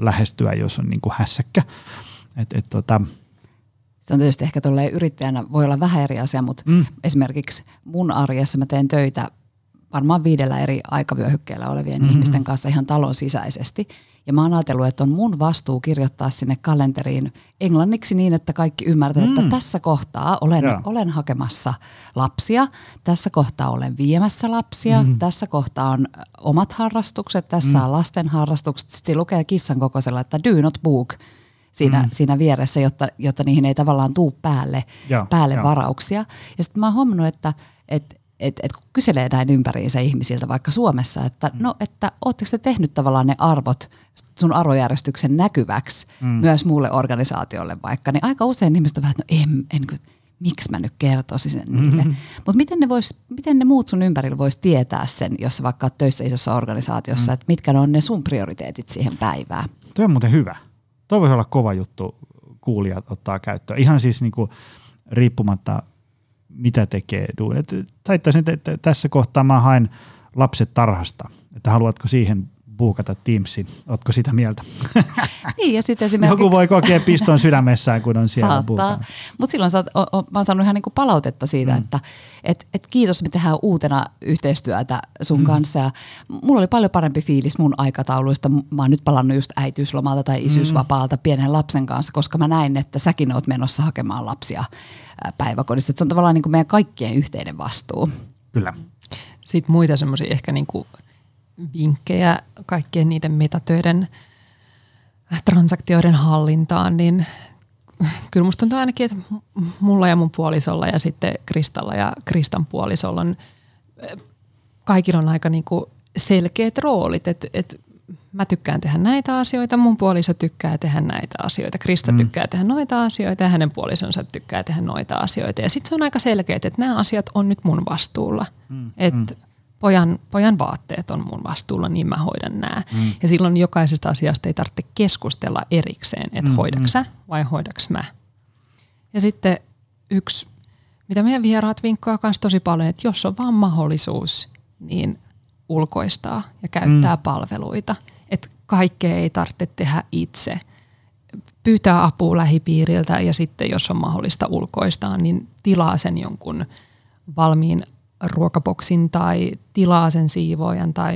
lähestyä, jos on niin kuin hässäkkä. Et, et, tota. Se on tietysti ehkä tolleen yrittäjänä voi olla vähän eri asia, mutta mm. esimerkiksi mun arjessa mä teen töitä varmaan viidellä eri aikavyöhykkeellä olevien mm-hmm. ihmisten kanssa ihan talon sisäisesti. Ja mä oon ajatellut, että on mun vastuu kirjoittaa sinne kalenteriin englanniksi niin, että kaikki ymmärtävät, mm. että tässä kohtaa olen, olen hakemassa lapsia, tässä kohtaa olen viemässä lapsia, mm. tässä kohtaa on omat harrastukset, tässä mm. on lasten harrastukset. Sitten siinä lukee kissan kokoisella, että do not book siinä, mm. siinä vieressä, jotta, jotta niihin ei tavallaan tuu päälle, ja, päälle ja. varauksia. Ja sitten mä oon huomannut, että, että Että et kun kyselee näin ympäriinsä ihmisiltä vaikka Suomessa, että mm. no, että ootteko te tehnyt tavallaan ne arvot sun arvojärjestyksen näkyväksi mm. myös muulle organisaatiolle vaikka, niin aika usein ihmiset on vähän, että no en, en miksi mä nyt kertoisin sen mm-hmm. niille. Mutta miten ne, vois, miten ne muut sun ympärillä vois tietää sen, jos vaikka oot töissä isossa organisaatiossa, mm. että mitkä on ne sun prioriteetit siihen päivään? Tuo on muuten hyvä. Tuo voisi olla kova juttu kuulijat ottaa käyttöön. Ihan siis niinku riippumatta mitä tekee duuni. Taittaisin, että tässä kohtaa mä haen lapset tarhasta, että haluatko siihen buukata Teamsin, ootko sitä mieltä? Niin, ja sitten esimerkiksi joku voi kokea piston sydämessään, kun on siellä buukana. Mutta silloin sä, o, o, mä oon saanut ihan niinku palautetta siitä, mm. että et, et kiitos, me tehdään uutena yhteistyötä sun mm. kanssa. Ja mulla oli paljon parempi fiilis mun aikatauluista. Mä oon nyt palannut just äitiyslomalta tai isyysvapaalta mm. pienen lapsen kanssa, koska mä näin, että säkin oot menossa hakemaan lapsia päiväkodista. Et se on tavallaan niinku meidän kaikkien yhteinen vastuu. Kyllä. Sitten muita semmoisia ehkä niinku vinkkejä kaikkien niiden metatöiden transaktioiden hallintaan, niin kyllä musta tuntuu ainakin, että mulla ja mun puolisolla ja sitten Kristalla ja Kristan puolisolla on, kaikilla on aika niinku selkeät roolit, että et mä tykkään tehdä näitä asioita, mun puoliso tykkää tehdä näitä asioita, Krista mm. tykkää tehdä noita asioita ja hänen puolisonsa tykkää tehdä noita asioita. Ja sitten se on aika selkeät, että nämä asiat on nyt mun vastuulla. Mm. Että mm. Pojan, pojan vaatteet on mun vastuulla, niin mä hoidan nämä. Mm. Ja silloin jokaisesta asiasta ei tarvitse keskustella erikseen, että mm, hoidaks sä vai hoidaks mä. Ja sitten yksi, mitä meidän vieraat vinkkaa myös tosi paljon, että jos on vaan mahdollisuus, niin ulkoistaa ja käyttää mm. palveluita. Että kaikkea ei tarvitse tehdä itse. Pyytää apua lähipiiriltä ja sitten jos on mahdollista ulkoistaa, niin tilaa sen jonkun valmiin ruokaboksin tai tilaa sen siivoojan tai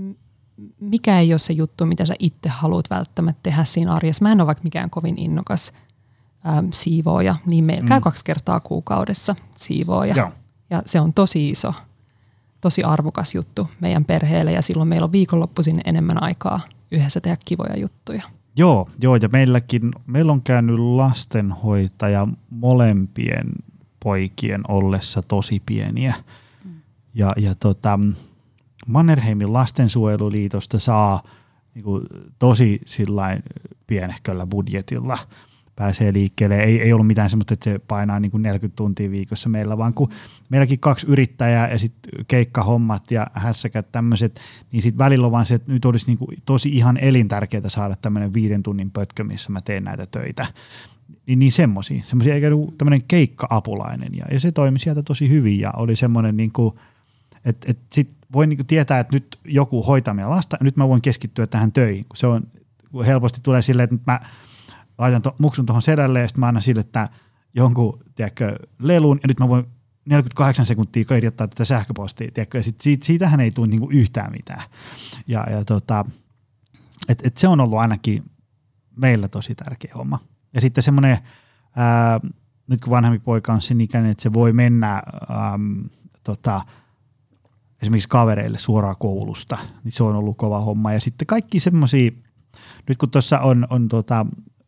mikä ei ole se juttu, mitä sä itse haluat välttämättä tehdä siinä arjessa. Mä en ole vaikka mikään kovin innokas äm, siivooja, niin meillä käy mm. kaksi kertaa kuukaudessa siivooja. Joo. Ja se on tosi iso, tosi arvokas juttu meidän perheelle ja silloin meillä on viikonloppuisin enemmän aikaa yhdessä tehdä kivoja juttuja. Joo, joo ja meilläkin, meillä on käynyt lastenhoitaja molempien poikien ollessa tosi pieniä. Mm. Ja, ja tota, Mannerheimin lastensuojeluliitosta saa niin kuin, tosi sillain pienehköllä budjetilla pääsee liikkeelle. Ei, ei ollut mitään semmoista, että se painaa niin kuin neljäkymmentä tuntia viikossa meillä, vaan kun meilläkin kaksi yrittäjää ja sitten keikkahommat ja hässäkät tämmöiset, niin sitten välillä on vaan se, että nyt olisi niin kuin tosi ihan elintärkeää saada tämmöinen viiden tunnin pötkö, missä mä teen näitä töitä. Niin, niin semmoisia, semmoisia eikä tämmöinen keikka-apulainen ja, ja se toimi sieltä tosi hyvin ja oli semmoinen niin kuin, että et sit voi niin kuin tietää, että nyt joku hoitaa meidän lasta ja nyt mä voin keskittyä tähän töihin, kun se on, kun helposti tulee silleen, että nyt mä laitan to, muksun tuohon sedälle ja sitten mä annan sille, että jonkun, tiedätkö, lelun ja nyt mä voin neljäkymmentäkahdeksan sekuntia kirjoittaa tätä sähköpostia, tiedätkö, ja sit siitä, siitähän ei tule niin kuin yhtään mitään. Ja, ja tota, et, et se on ollut ainakin meillä tosi tärkeä homma. Ja sitten semmoinen, ää, nyt kun vanhempi poika on sen ikäinen, että se voi mennä äm, tota, esimerkiksi kavereille suoraan koulusta, niin se on ollut kova homma. Ja sitten kaikki semmoisia, nyt kun tuossa on, on tota,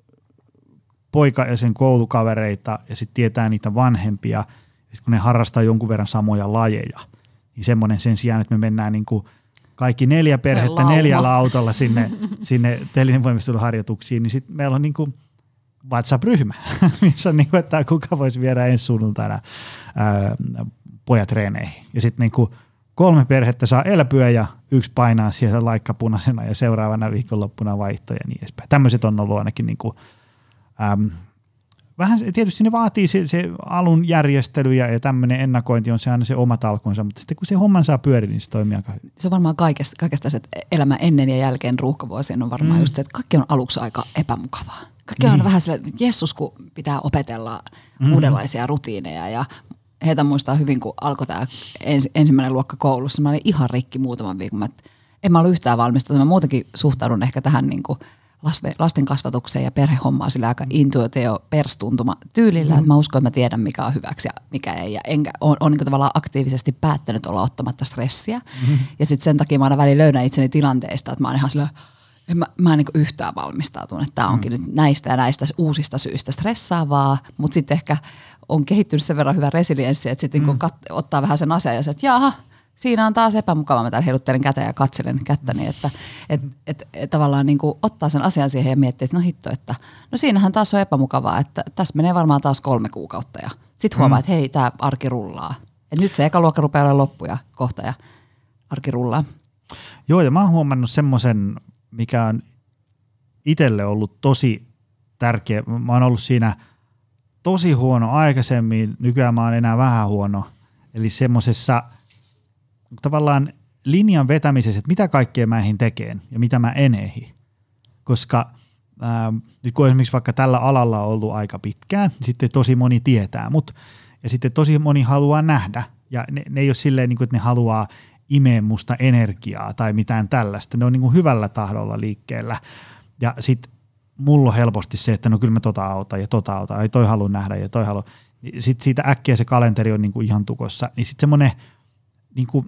poika ja sen koulukavereita ja sitten tietää niitä vanhempia, ja sitten kun ne harrastaa jonkun verran samoja lajeja, niin semmoinen sen sijaan, että me mennään niin kuin kaikki neljä perhettä neljällä autolla sinne, sinne telinevoimisteluharjoituksiin, niin sitten meillä on niin kuin WhatsApp-ryhmä, missä on niin kuin, että kuka voisi viedä ensi sunnuntaina ää, pojatreeneihin. Ja sitten niin kuin kolme perhettä saa elpyä ja yksi painaa siellä laikkapunaisena ja seuraavana viikonloppuna vaihtoja ja niin edespäin. Tämmöiset on ollut ainakin niin kuin, äm, vähän tietysti ne vaatii se, se alun järjestely ja, ja tämmöinen ennakointi on se aina se omat alkunsa, mutta sitten kun se homman saa pyöriä, niin se toimii aika hyvin. Se on varmaan kaikesta, kaikesta se, että elämä ennen ja jälkeen ruuhkavuosien on varmaan mm. just se, että kaikki on aluksi aika epämukavaa. Kaikki on niin. vähän sillä, että Jessus, kun pitää opetella mm. uudenlaisia rutiineja ja heitä muistaa hyvin, kun alkoi tämä ens, ensimmäinen luokka koulussa. Mä olin ihan rikki muutaman viikon. Mä, en mä ollut yhtään valmista. Mä muutenkin suhtaudun ehkä tähän niin kuin lasten kasvatukseen ja perhehommaan sillä aika intuitio perstuntuma tyylillä, mm. että mä uskon, että mä tiedän, mikä on hyväksi ja mikä ei. Ja enkä, on, on niin tavallaan aktiivisesti päättänyt olla ottamatta stressiä. Mm. Ja sitten sen takia mä aina väliin löydän itseni tilanteesta, että mä oon ihan sillä, en mä, mä en niin yhtään valmistautunut, että tää onkin mm. nyt näistä ja näistä uusista syistä stressaavaa, mutta sitten ehkä on kehittynyt sen verran hyvä resilienssi, että sitten mm. kun kat- ottaa vähän sen asian ja se, että jaha, siinä on taas epämukava. Mä täällä heiluttelen käteen ja katselen kättäni, että et, et, et, tavallaan niin kuin ottaa sen asian siihen ja miettii, että no hitto, että no siinähän taas on epämukavaa, että tässä menee varmaan taas kolme kuukautta ja sitten huomaa, mm. että hei, tämä arki rullaa. Et nyt se eka luokka rupeaa olemaan loppu ja kohta ja arki rullaa. Joo, ja mä oon huomannut semmoisen, mikä on itselle ollut tosi tärkeä. Mä oon ollut siinä tosi huono aikaisemmin, nykyään mä oon enää vähän huono. Eli semmoisessa tavallaan linjan vetämisessä, että mitä kaikkea mä ehdin tekeen ja mitä mä en ehdi. Koska ää, nyt kun esimerkiksi vaikka tällä alalla on ollut aika pitkään, niin sitten tosi moni tietää mut ja sitten tosi moni haluaa nähdä. Ja ne, ne ei ole silleen, niin kuin, että ne haluaa imee musta energiaa tai mitään tällaista. Ne on niin kuin hyvällä tahdolla liikkeellä. Ja sitten mulla on helposti se, että no kyllä mä tota autan ja tota autan, ei toi halua nähdä ja toi halua. Sitten siitä äkkiä se kalenteri on niin kuin ihan tukossa. Niin sitten semmoinen niin kuin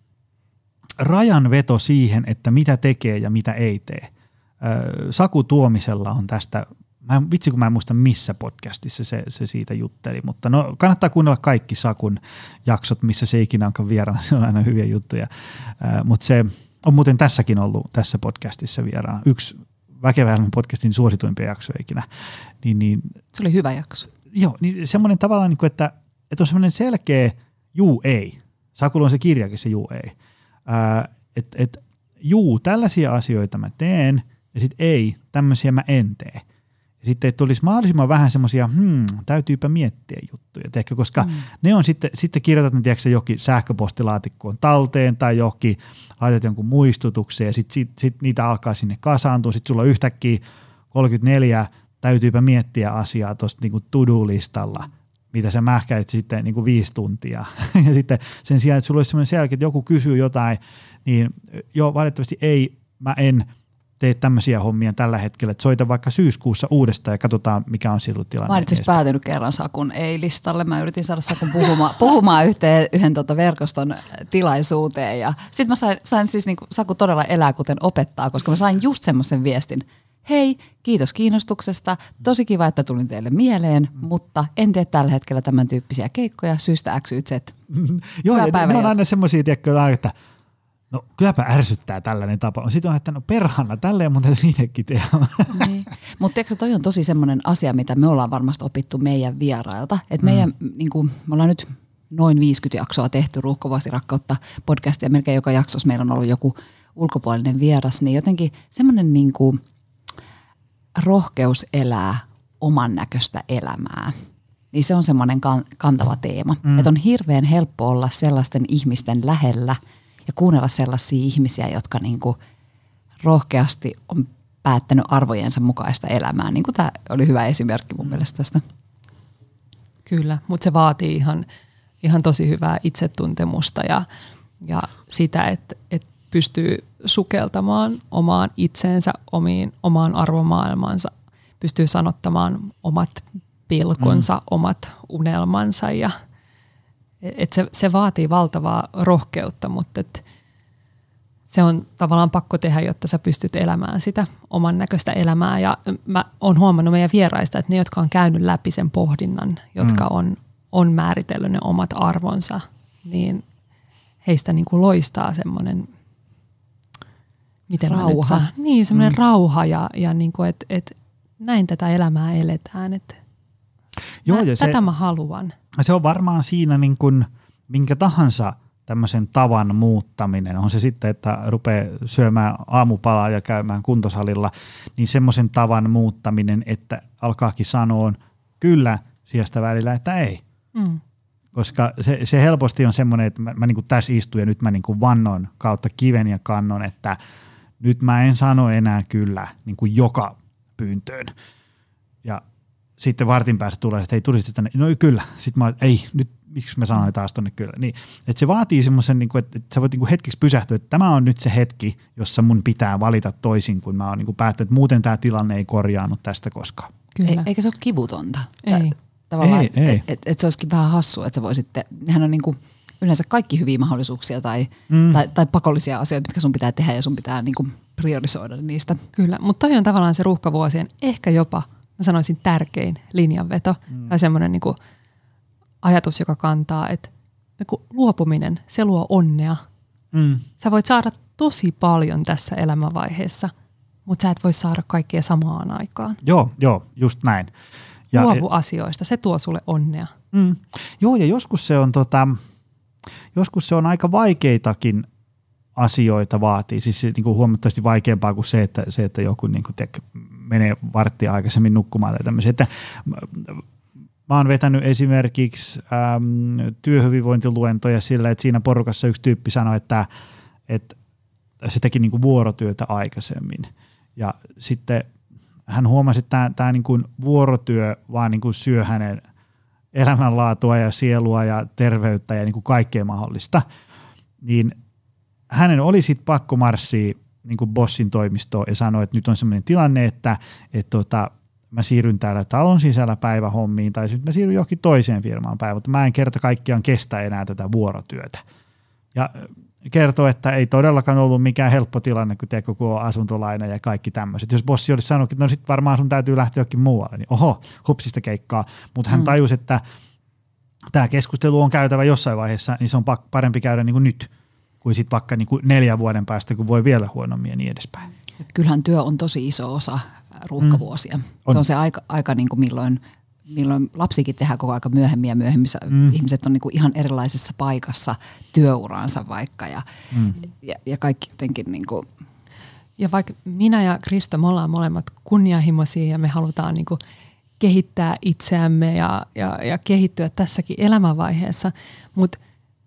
rajanveto siihen, että mitä tekee ja mitä ei tee. Saku Tuomisella on tästä, mä en, vitsi kun mä en muista missä podcastissa se, se siitä jutteli, mutta no kannattaa kuunnella kaikki Sakun jaksot, missä se ikinä onkaan vieraana, se on aina hyviä juttuja. Mutta se on muuten tässäkin ollut tässä podcastissa vieraana. Yksi Väkevä Elämä podcastin suosituimpia jaksoja ikinä. Niin, niin, se oli hyvä jakso. Joo, niin semmoinen tavallaan, että, että on semmoinen selkeä juu ei. Sakulla on se kirjakin se juu ei. Että et, juu, tällaisia asioita mä teen ja sitten ei, tämmöisiä mä en tee. Ja sitten että olisi mahdollisimman vähän semmoisia, hmm, täytyypä miettiä juttuja. Ehkä, koska mm. ne on sitten, sitten kirjoitat ne tiedätkö, jokin sähköpostilaatikkoon talteen tai johonkin, laitat jonkun muistutuksen ja sitten sit, sit niitä alkaa sinne kasaantua. Sitten sulla yhtäkkiä kolmekymmentäneljä täytyypä miettiä asiaa tuosta niinku to-do-listalla, mitä sä mähkäit sitten niinku viisi tuntia. Ja sitten sen sijaan, että sulla olisi semmoinen selkeä, että joku kysyy jotain, niin joo, valitettavasti ei, mä en tee tämmöisiä hommia tällä hetkellä, että soita vaikka syyskuussa uudestaan ja katsotaan, mikä on silloin tilanne. Mä olin siis päätynyt kerran Sakun ei-listalle. Mä yritin saada Sakun puhumaan, puhumaan yhteen, yhden tota verkoston tilaisuuteen ja sitten mä sain, sain siis niinku, Saku todella elää kuten opettaa, koska mä sain just semmoisen viestin. Hei, kiitos kiinnostuksesta. Tosi kiva, että tulin teille mieleen, mutta en tee tällä hetkellä tämän tyyppisiä keikkoja syystä X, Y, Z. Joo, ja ne on aina semmoisia, että no kylläpä ärsyttää tällainen tapa. Sitten on, että no perhana, tälleen muuten siitäkin tehdä. Niin. Mutta tiedätkö, toi on tosi semmoinen asia, mitä me ollaan varmasti opittu meidän vierailta. Että meidän, mm. niin kuin, me ollaan nyt noin viisikymmentä jaksoa tehty Ruuhkavuosirakkautta podcastia. Melkein joka jaksossa meillä on ollut joku ulkopuolinen vieras. Niin jotenkin semmoinen niin kuin rohkeus elää oman näköistä elämää. Niin se on semmoinen kantava teema. Mm. Että on hirveän helppo olla sellaisten ihmisten lähellä ja kuunnella sellaisia ihmisiä, jotka niinku rohkeasti on päättänyt arvojensa mukaista elämää. Niin kuin tämä oli hyvä esimerkki mun mielestä tästä. Kyllä, mutta se vaatii ihan, ihan tosi hyvää itsetuntemusta ja, ja sitä, että, että pystyy sukeltamaan omaan itseensä, omiin, omaan arvomaailmansa, pystyy sanottamaan omat pelkonsa, mm. omat unelmansa ja et se, se vaatii valtavaa rohkeutta, mutta et se on tavallaan pakko tehdä, jotta sä pystyt elämään sitä oman näköistä elämää. Ja mä oon huomannut meidän vieraista, että ne, jotka on käynyt läpi sen pohdinnan, jotka mm. on, on määritellyt ne omat arvonsa, niin heistä niin kuin loistaa semmoinen, miten rauha. Mä nyt niin, semmoinen mm. rauha ja, ja niin kuin, että et näin tätä elämää eletään, että Joo, ja tätä se, mä haluan. Se on varmaan siinä niin kuin minkä tahansa tämmöisen tavan muuttaminen, on se sitten, että rupeaa syömään aamupalaa ja käymään kuntosalilla, niin semmoisen tavan muuttaminen, että alkaakin sanoa kyllä sijasta välillä, että ei. Mm. Koska se, se helposti on semmoinen, että mä, mä niin kuin tässä istun ja nyt mä niin kuin vannon kautta kiven ja kannon, että nyt mä en sano enää kyllä niin kuin joka pyyntöön. Ja sitten vartin päästä tulee, että ei tulisi tänne, no kyllä. Sitten mä ei, nyt miksi mä sanoin taas tonne kyllä. Niin, että se vaatii semmoisen, niin kuin, että, että sä voit niin kuin hetkeksi pysähtyä, että tämä on nyt se hetki, jossa mun pitää valita toisin, kun mä oon niin kuin päättänyt, että muuten tämä tilanne ei korjaannut tästä koskaan. Kyllä. Eikä se ole kivutonta. Ei. Tavallaan, ei, ei. Että et, et se olisikin vähän hassua, että sä voisitte, nehän on niin kuin yleensä kaikki hyviä mahdollisuuksia tai, Mm. tai, tai pakollisia asioita, mitkä sun pitää tehdä ja sun pitää niin kuin priorisoida niistä. Kyllä, mutta toi on tavallaan se ruuhkavuosien ehkä jopa, mä sanoisin tärkein linjanveto mm. tai semmoinen niinku ajatus, joka kantaa, että niinku luopuminen, se luo onnea. Mm. Sä voit saada tosi paljon tässä elämänvaiheessa, mutta sä et voi saada kaikkea samaan aikaan. Joo, joo, just näin. Ja luovu asioista, se tuo sulle onnea. Mm. Joo, ja joskus se on tota, joskus se on aika vaikeitakin asioita vaatii, siis se, niin kuin huomattavasti vaikeampaa kuin se, että, se, että joku niin kuin, tek, menee varttia aikaisemmin nukkumaan tai tämmöisiä. Että, mä oon vetänyt esimerkiksi äm, työhyvinvointiluentoja sillä, että siinä porukassa yksi tyyppi sanoi, että, että se teki niin kuin vuorotyötä aikaisemmin. Ja sitten hän huomasi, että tämä, tämä niin kuin vuorotyö vaan niin kuin syö hänen elämänlaatua ja sielua ja terveyttä ja niin kuin kaikkea mahdollista. Niin hänen oli sitten pakko marssia niin kuin bossin toimistoon ja sanoa, että nyt on sellainen tilanne, että, että tota, mä siirryn täällä talon sisällä päivähommiin tai sitten mä siirryn johonkin toiseen firmaan päivään, mutta mä en kerta kaikkiaan kestä enää tätä vuorotyötä. Ja kertoo, että ei todellakaan ollut mikään helppo tilanne, kun tiedätkö, kun on asuntolaina ja kaikki tämmöiset. Jos bossi olisi sanonut, että no sitten varmaan sun täytyy lähteä jokin muualle, niin oho, hupsista keikkaa. Mutta hän tajusi, että tämä keskustelu on käytävä jossain vaiheessa, niin se on parempi käydä niin kuin nyt, kuin sitten vaikka niin kuin neljän vuoden päästä, kun voi vielä huonommin ja niin edespäin. Kyllähän työ on tosi iso osa ruuhkavuosia. Mm. On. Se on se aika, aika niin kuin milloin, milloin lapsikin tehdään koko aika myöhemmin ja myöhemmissä mm. ihmiset on niin kuin ihan erilaisessa paikassa työuraansa vaikka ja, mm. ja, ja kaikki jotenkin niin kuin. Ja vaikka minä ja Krista, me ollaan molemmat kunnianhimoisia ja me halutaan niin kuin kehittää itseämme ja, ja, ja kehittyä tässäkin elämänvaiheessa, mutta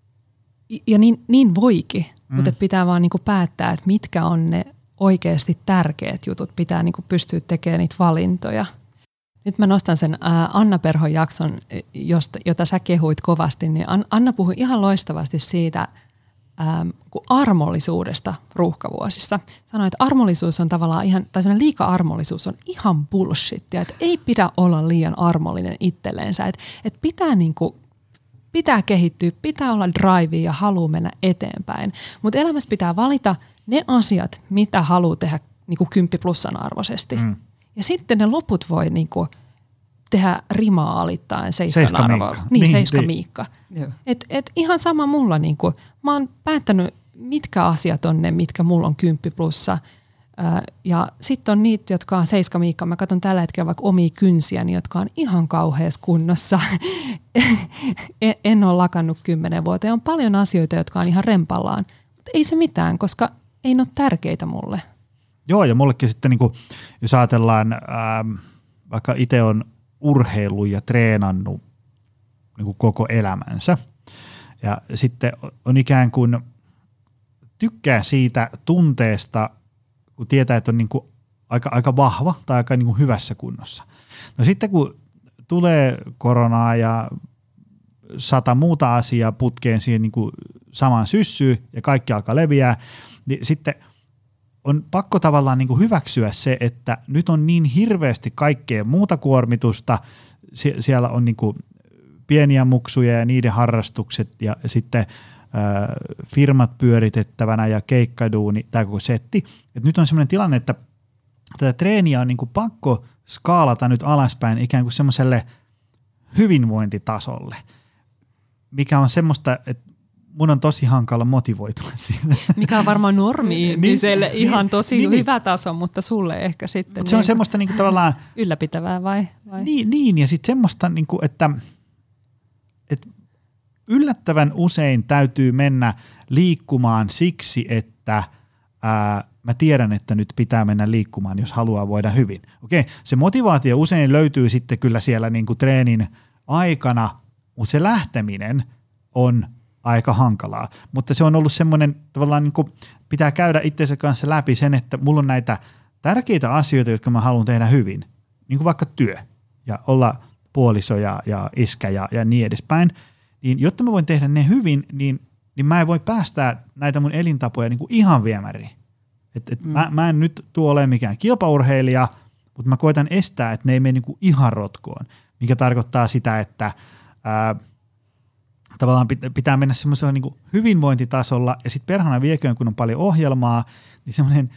ja niin, niin voikin, mm. mutta pitää vaan niinku päättää, että mitkä on ne oikeasti tärkeät jutut. Pitää niinku pystyä tekemään niitä valintoja. Nyt mä nostan sen ää, Anna Perhon jakson, josta, jota sä kehuit kovasti. Niin Anna puhui ihan loistavasti siitä ää, armollisuudesta ruuhkavuosissa. Sanoi, että armollisuus on tavallaan ihan, tai sellainen liika-armollisuus on ihan bullshittia. Että ei pidä olla liian armollinen itselleensä. Että et pitää niinku Pitää kehittyä, pitää olla drivea ja halua mennä eteenpäin. Mutta elämässä pitää valita ne asiat, mitä haluaa tehdä niinku kymppi plussan arvoisesti. Mm. Ja sitten ne loput voi niinku tehdä rimaa alittaen seiskan arvoa. Niin, niin, seiska niin. Miikka. Et, et ihan sama mulla. Niinku, mä oon päättänyt, mitkä asiat on ne, mitkä mulla on kymppi plussa. Ja sitten on niitä, jotka on seiska miikka. Mä katson tällä hetkellä vaikka omia kynsiäni, jotka on ihan kauheassa kunnossa. en, en ole lakannut kymmenen vuotta. Ja on paljon asioita, jotka on ihan rempallaan. Mutta ei se mitään, koska ei ne ole tärkeitä mulle. Joo, ja mullekin sitten, niin kuin, jos ajatellaan, ähm, vaikka itse on urheillut ja treenannut niin kuin koko elämänsä. Ja sitten on ikään kuin tykkää siitä tunteesta, kun tietää, että on niin kuin aika, aika vahva tai aika niin kuin hyvässä kunnossa. No sitten kun tulee koronaa ja sata muuta asiaa putkeen siihen niin kuin samaan syssyyn ja kaikki alkaa leviää, niin sitten on pakko tavallaan niin kuin hyväksyä se, että nyt on niin hirveästi kaikkea muuta kuormitusta, Sie- siellä on niin kuin pieniä muksuja ja niiden harrastukset ja sitten firmat pyöritettävänä ja keikkaduuni, tämä koko setti. Et nyt on sellainen tilanne, että tätä treeniä on niinku pakko skaalata nyt alaspäin ikään kuin semmoiselle hyvinvointitasolle, mikä on semmoista, että mun on tosi hankala motivoitua siitä. Mikä on varmaan normi-ihmiselle niin, ihan tosi niin, hyvä niin. taso, mutta sulle ehkä sitten. Mut se on niin semmoista niinku tavallaan ylläpitävää vai? vai? Niin, niin, ja sitten semmoista, niinku, että, että yllättävän usein täytyy mennä liikkumaan siksi, että ää, mä tiedän, että nyt pitää mennä liikkumaan, jos haluaa voida hyvin. Okei, se motivaatio usein löytyy sitten kyllä siellä niin kuin treenin aikana, mutta se lähteminen on aika hankalaa. Mutta se on ollut semmoinen, tavallaan niin kuin pitää käydä itsensä kanssa läpi sen, että mulla on näitä tärkeitä asioita, jotka mä haluan tehdä hyvin, niin kuin vaikka työ ja olla puoliso ja, ja iskä ja, ja niin edespäin, niin jotta mä voin tehdä ne hyvin, niin, niin mä en voi päästää näitä mun elintapoja niin kuin ihan viemäriin. Et, et mm. mä, mä en nyt tuo ole mikään kilpaurheilija, mutta mä koitan estää, että ne ei mene niin kuin ihan rotkoon, mikä tarkoittaa sitä, että ää, tavallaan pitää mennä semmoisella niin kuin hyvinvointitasolla ja sitten perhana vieköön, kun on paljon ohjelmaa, niin semmoinen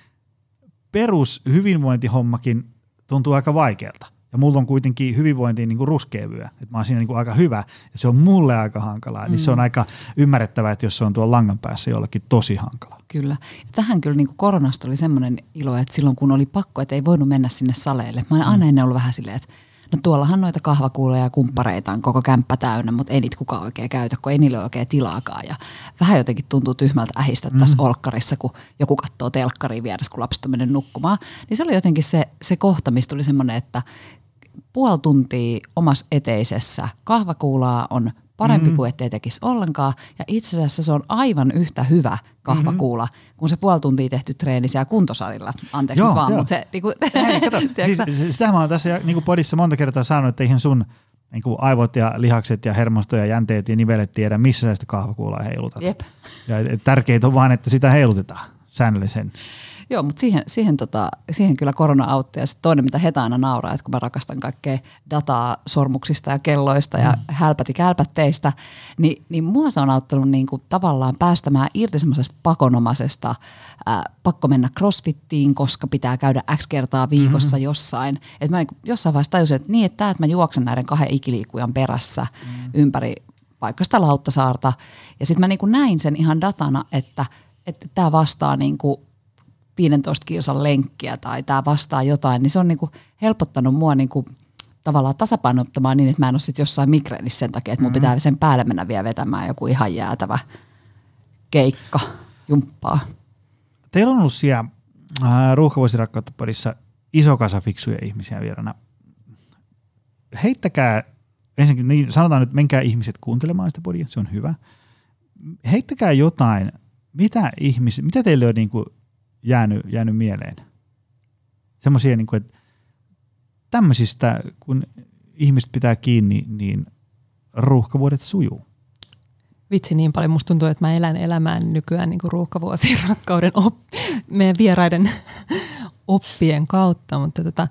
perus hyvinvointihommakin tuntuu aika vaikealta. Ja mulla on kuitenkin hyvinvointiin niin kuin ruskea vyö, että mä oon siinä niin kuin aika hyvä ja se on mulle aika hankalaa, mm. niin se on aika ymmärrettävää, että jos se on tuolla langan päässä jollakin tosi hankalaa. Kyllä. Ja tähän kyllä niin kuin koronasta oli semmoinen ilo, että silloin kun oli pakko, että ei voinut mennä sinne saleille. Mä olen aina ennen ollut vähän silleen, että no tuollahan noita kahvakuuloja ja kumppareita on koko kämppä täynnä, mutta ei niitä kukaan oikein käytä, kun ei niille ole oikein tilaakaan. Ja vähän jotenkin tuntuu tyhmältä ähistä tässä mm. olkkarissa, kun joku katsoo telkkariin vieressä, kun lapset on mennyt nukkumaan. Niin se oli jotenkin se, se kohta, mistä tuli semmoinen, että puoli tuntia omassa eteisessä kahvakuulaa on parempi mm-hmm. kuin ettei tekisi ollenkaan. Ja itse asiassa se on aivan yhtä hyvä kahvakuula, mm-hmm. kun se puoli tuntia tehty treeni siellä kuntosalilla. Anteeksi joo, vaan, joo. mutta se... Niin kuin, siis, sitä mä oon tässä niin kuin podissa monta kertaa sanonut, että eihän sun niin kuin aivot ja lihakset ja hermosto ja jänteet ja nivelet tiedä, missä sä sitä kahvakuulaa heilutat. Jep. Ja tärkeintä on vaan, että sitä heilutetaan säännöllisen. Joo, mutta siihen, siihen, tota, siihen kyllä korona auttoi. Ja sitten toinen, mitä Heta aina nauraa, että kun mä rakastan kaikkea dataa sormuksista ja kelloista ja mm. hälpäti-kälpätteistä, niin, niin mua se on auttanut niin kuin tavallaan päästämään irti semmoisesta pakonomaisesta, ää, pakko mennä crossfittiin, koska pitää käydä x kertaa viikossa mm-hmm. jossain. Että mä niin kuin jossain vaiheessa tajusin, että niin, että tämä, että mä juoksen näiden kahden ikiliikujan perässä mm. ympäri vaikka sitä Lauttasaarta. Ja sitten mä niin kuin näin sen ihan datana, että tämä vastaa niin kuin viisitoista kilsan lenkkiä tai tämä vastaa jotain, niin se on niinku helpottanut mua niinku tavallaan tasapainottamaan niin, että mä en ole sitten jossain migreenissä sen takia, että mun pitää sen päälle mennä vielä vetämään joku ihan jäätävä keikka, jumppaa. Teillä on ollut siellä äh, Ruuhkavuosirakkautta podissa iso kasa fiksuja ihmisiä vierana. Heittäkää, ensinnäkin niin sanotaan nyt, menkää ihmiset kuuntelemaan sitä podia, se on hyvä. Heittäkää jotain, mitä, ihmis, mitä teille on niinku Jäänyt, jäänyt mieleen. Semmoisia, niin kuin, että tämmöisistä, kun ihmiset pitää kiinni, niin ruuhkavuodet sujuu. Vitsi, niin paljon musta tuntuu, että mä elän elämään nykyään niin kuin ruuhkavuosien rakkauden op, meidän vieraiden oppien kautta, mutta tota,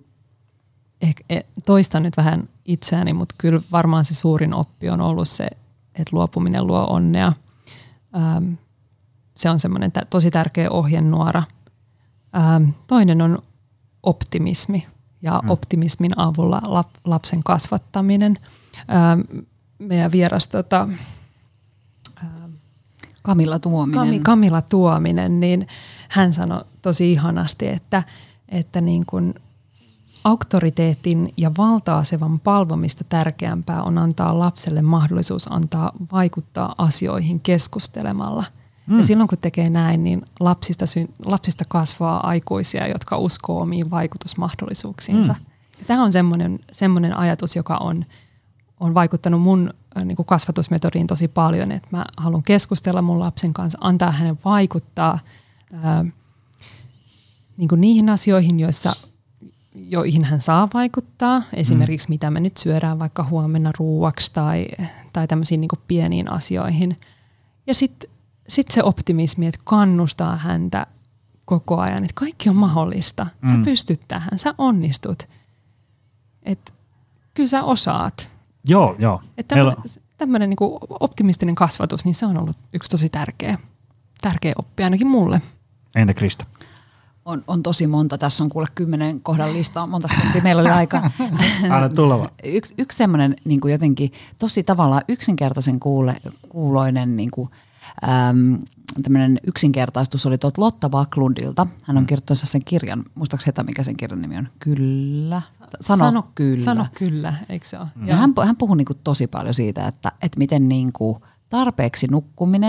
ehkä toistan nyt vähän itseäni, mutta kyllä varmaan se suurin oppi on ollut se, että luopuminen luo onnea. Ähm, Se on semmoinen tosi tärkeä ohjenuora. Ähm, toinen on optimismi ja mm. optimismin avulla lap, lapsen kasvattaminen. Ähm, meidän vieras tota, ähm, Kamilla Tuominen. Kam, Kamilla Tuominen, niin hän sanoi tosi ihanasti, että, että niin kuin auktoriteetin ja valta-aseman palvomista tärkeämpää on antaa lapselle mahdollisuus antaa vaikuttaa asioihin keskustelemalla. Mm. Ja silloin kun tekee näin, niin lapsista, lapsista kasvaa aikuisia, jotka uskoo omiin vaikutusmahdollisuuksiinsa. Mm. Tämä on semmoinen, semmoinen ajatus, joka on, on vaikuttanut mun niin kuin kasvatusmetodiin tosi paljon, että mä haluan keskustella mun lapsen kanssa, antaa hänen vaikuttaa ää, niin kuin niihin asioihin, joissa, joihin hän saa vaikuttaa. Esimerkiksi mm. mitä me nyt syödään vaikka huomenna ruuaksi tai, tai tämmöisiin niin kuin pieniin asioihin. Ja sitten Sitten se optimismi, että kannustaa häntä koko ajan, että kaikki on mahdollista. Sä mm. pystyt tähän, sä onnistut. Että kyllä sä osaat. Joo, joo. Että tämmöinen niin kuin optimistinen kasvatus, niin se on ollut yksi tosi tärkeä, tärkeä oppi ainakin mulle. Entä Krista? On, on tosi monta. Tässä on kuule kymmenen kohdan listaa. Monta tuntia meillä oli aika. Anna tulla vaan. Yksi, yksi semmoinen niin kuin jotenkin tosi tavallaan yksinkertaisen kuule, kuuloinen niin kuin Ähm, tämmöinen yksinkertaistus oli tuolta Lotta Backlundilta. Hän on kirjoittanut sen kirjan, muistaakseni Heta, mikä sen kirjan nimi on? Kyllä. Sano, sano kyllä. Sano kyllä, eikö se ole? Mm. Ja hän, hän puhui niinku tosi paljon siitä, että, että miten niinku tarpeeksi nukkuminen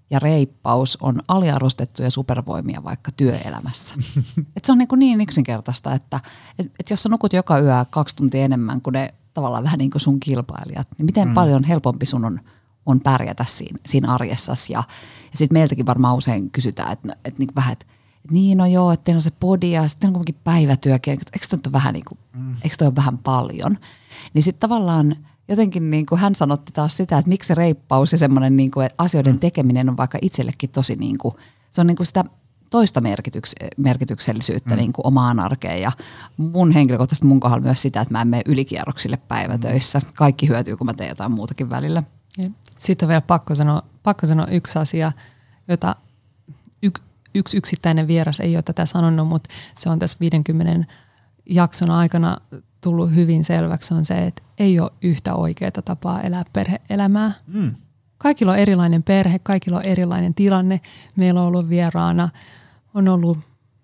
ja reippaus on aliarvostettuja supervoimia vaikka työelämässä. Et se on niin, niin yksinkertaista, että et, et jos sä nukut joka yö kaksi tuntia enemmän kuin ne tavallaan vähän niin kuin sun kilpailijat, niin miten mm. paljon helpompi sun on, on pärjätä siinä, siinä arjessasi. Ja, ja sitten meiltäkin varmaan usein kysytään, että et niin vähän, että et niin no joo, että teillä on se podi ja sitten on kuitenkin päivätyökin, eikö toi ole vähän, niin kuin, mm. eikö toi ole vähän paljon? Niin sitten tavallaan jotenkin niin kuin hän sanotti taas sitä, että miksi se reippaus ja semmoinen niin kuin asioiden tekeminen on vaikka itsellekin tosi niin kuin, se on niin kuin sitä toista merkityks- merkityksellisyyttä mm. niin kuin omaan arkeen. Ja mun henkilökohtaisesti mun kohdalla myös sitä, että mä en mene ylikierroksille päivätöissä. Kaikki hyötyy, kun mä teen jotain muutakin välillä. Ja sitten on vielä pakko sanoa, pakko sanoa yksi asia, jota y- yksi yksittäinen vieras ei ole tätä sanonut, mutta se on tässä viidenkymmenen jakson aikana tullut hyvin selväksi, on se, että ei ole yhtä oikeaa tapaa elää perhe-elämää. Mm. Kaikilla on erilainen perhe, kaikilla on erilainen tilanne. Meillä on ollut vieraana, on ollut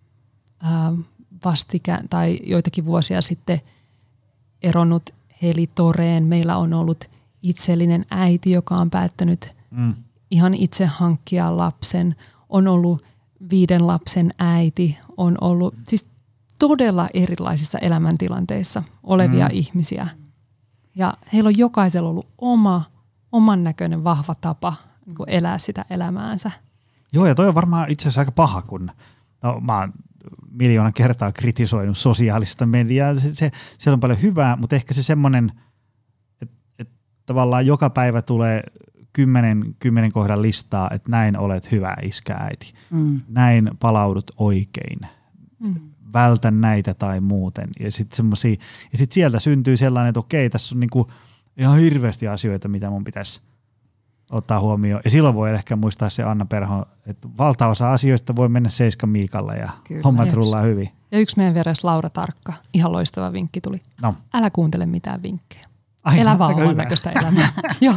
ää, vastikään tai joitakin vuosia sitten eronnut Heli Toreen. Meillä on ollut itsellinen äiti, joka on päättänyt mm. ihan itse hankkia lapsen. On ollut viiden lapsen äiti, on ollut siis todella erilaisissa elämäntilanteissa olevia mm. ihmisiä. Ja heillä on jokaisella ollut oma, oman näköinen vahva tapa niin kuin elää sitä elämäänsä. Joo, ja toi on varmaan itse asiassa aika paha, kun no, mä oon miljoona kertaa kritisoinut sosiaalista mediaa. Se, se, siellä on paljon hyvää, mutta ehkä se semmoinen, että, että tavallaan joka päivä tulee kymmenen, kymmenen kohdan listaa, että näin olet hyvä iskä, äiti. Mm. Näin palaudut oikein. Mm. Vältä näitä tai muuten. Ja sitten sit sieltä syntyy sellainen, että okei, tässä on niinku ihan hirveästi asioita, mitä mun pitäisi ottaa huomioon. Ja silloin voi ehkä muistaa se Anna Perho, että valtaosa asioista voi mennä Seiska Miikalle ja Kyllä, hommat jeps. rullaa hyvin. Ja yksi meidän vieras Laura Tarkka, ihan loistava vinkki tuli. No. Älä kuuntele mitään vinkkejä. Ai, Elä vaan oman näköistä elämää. Joo.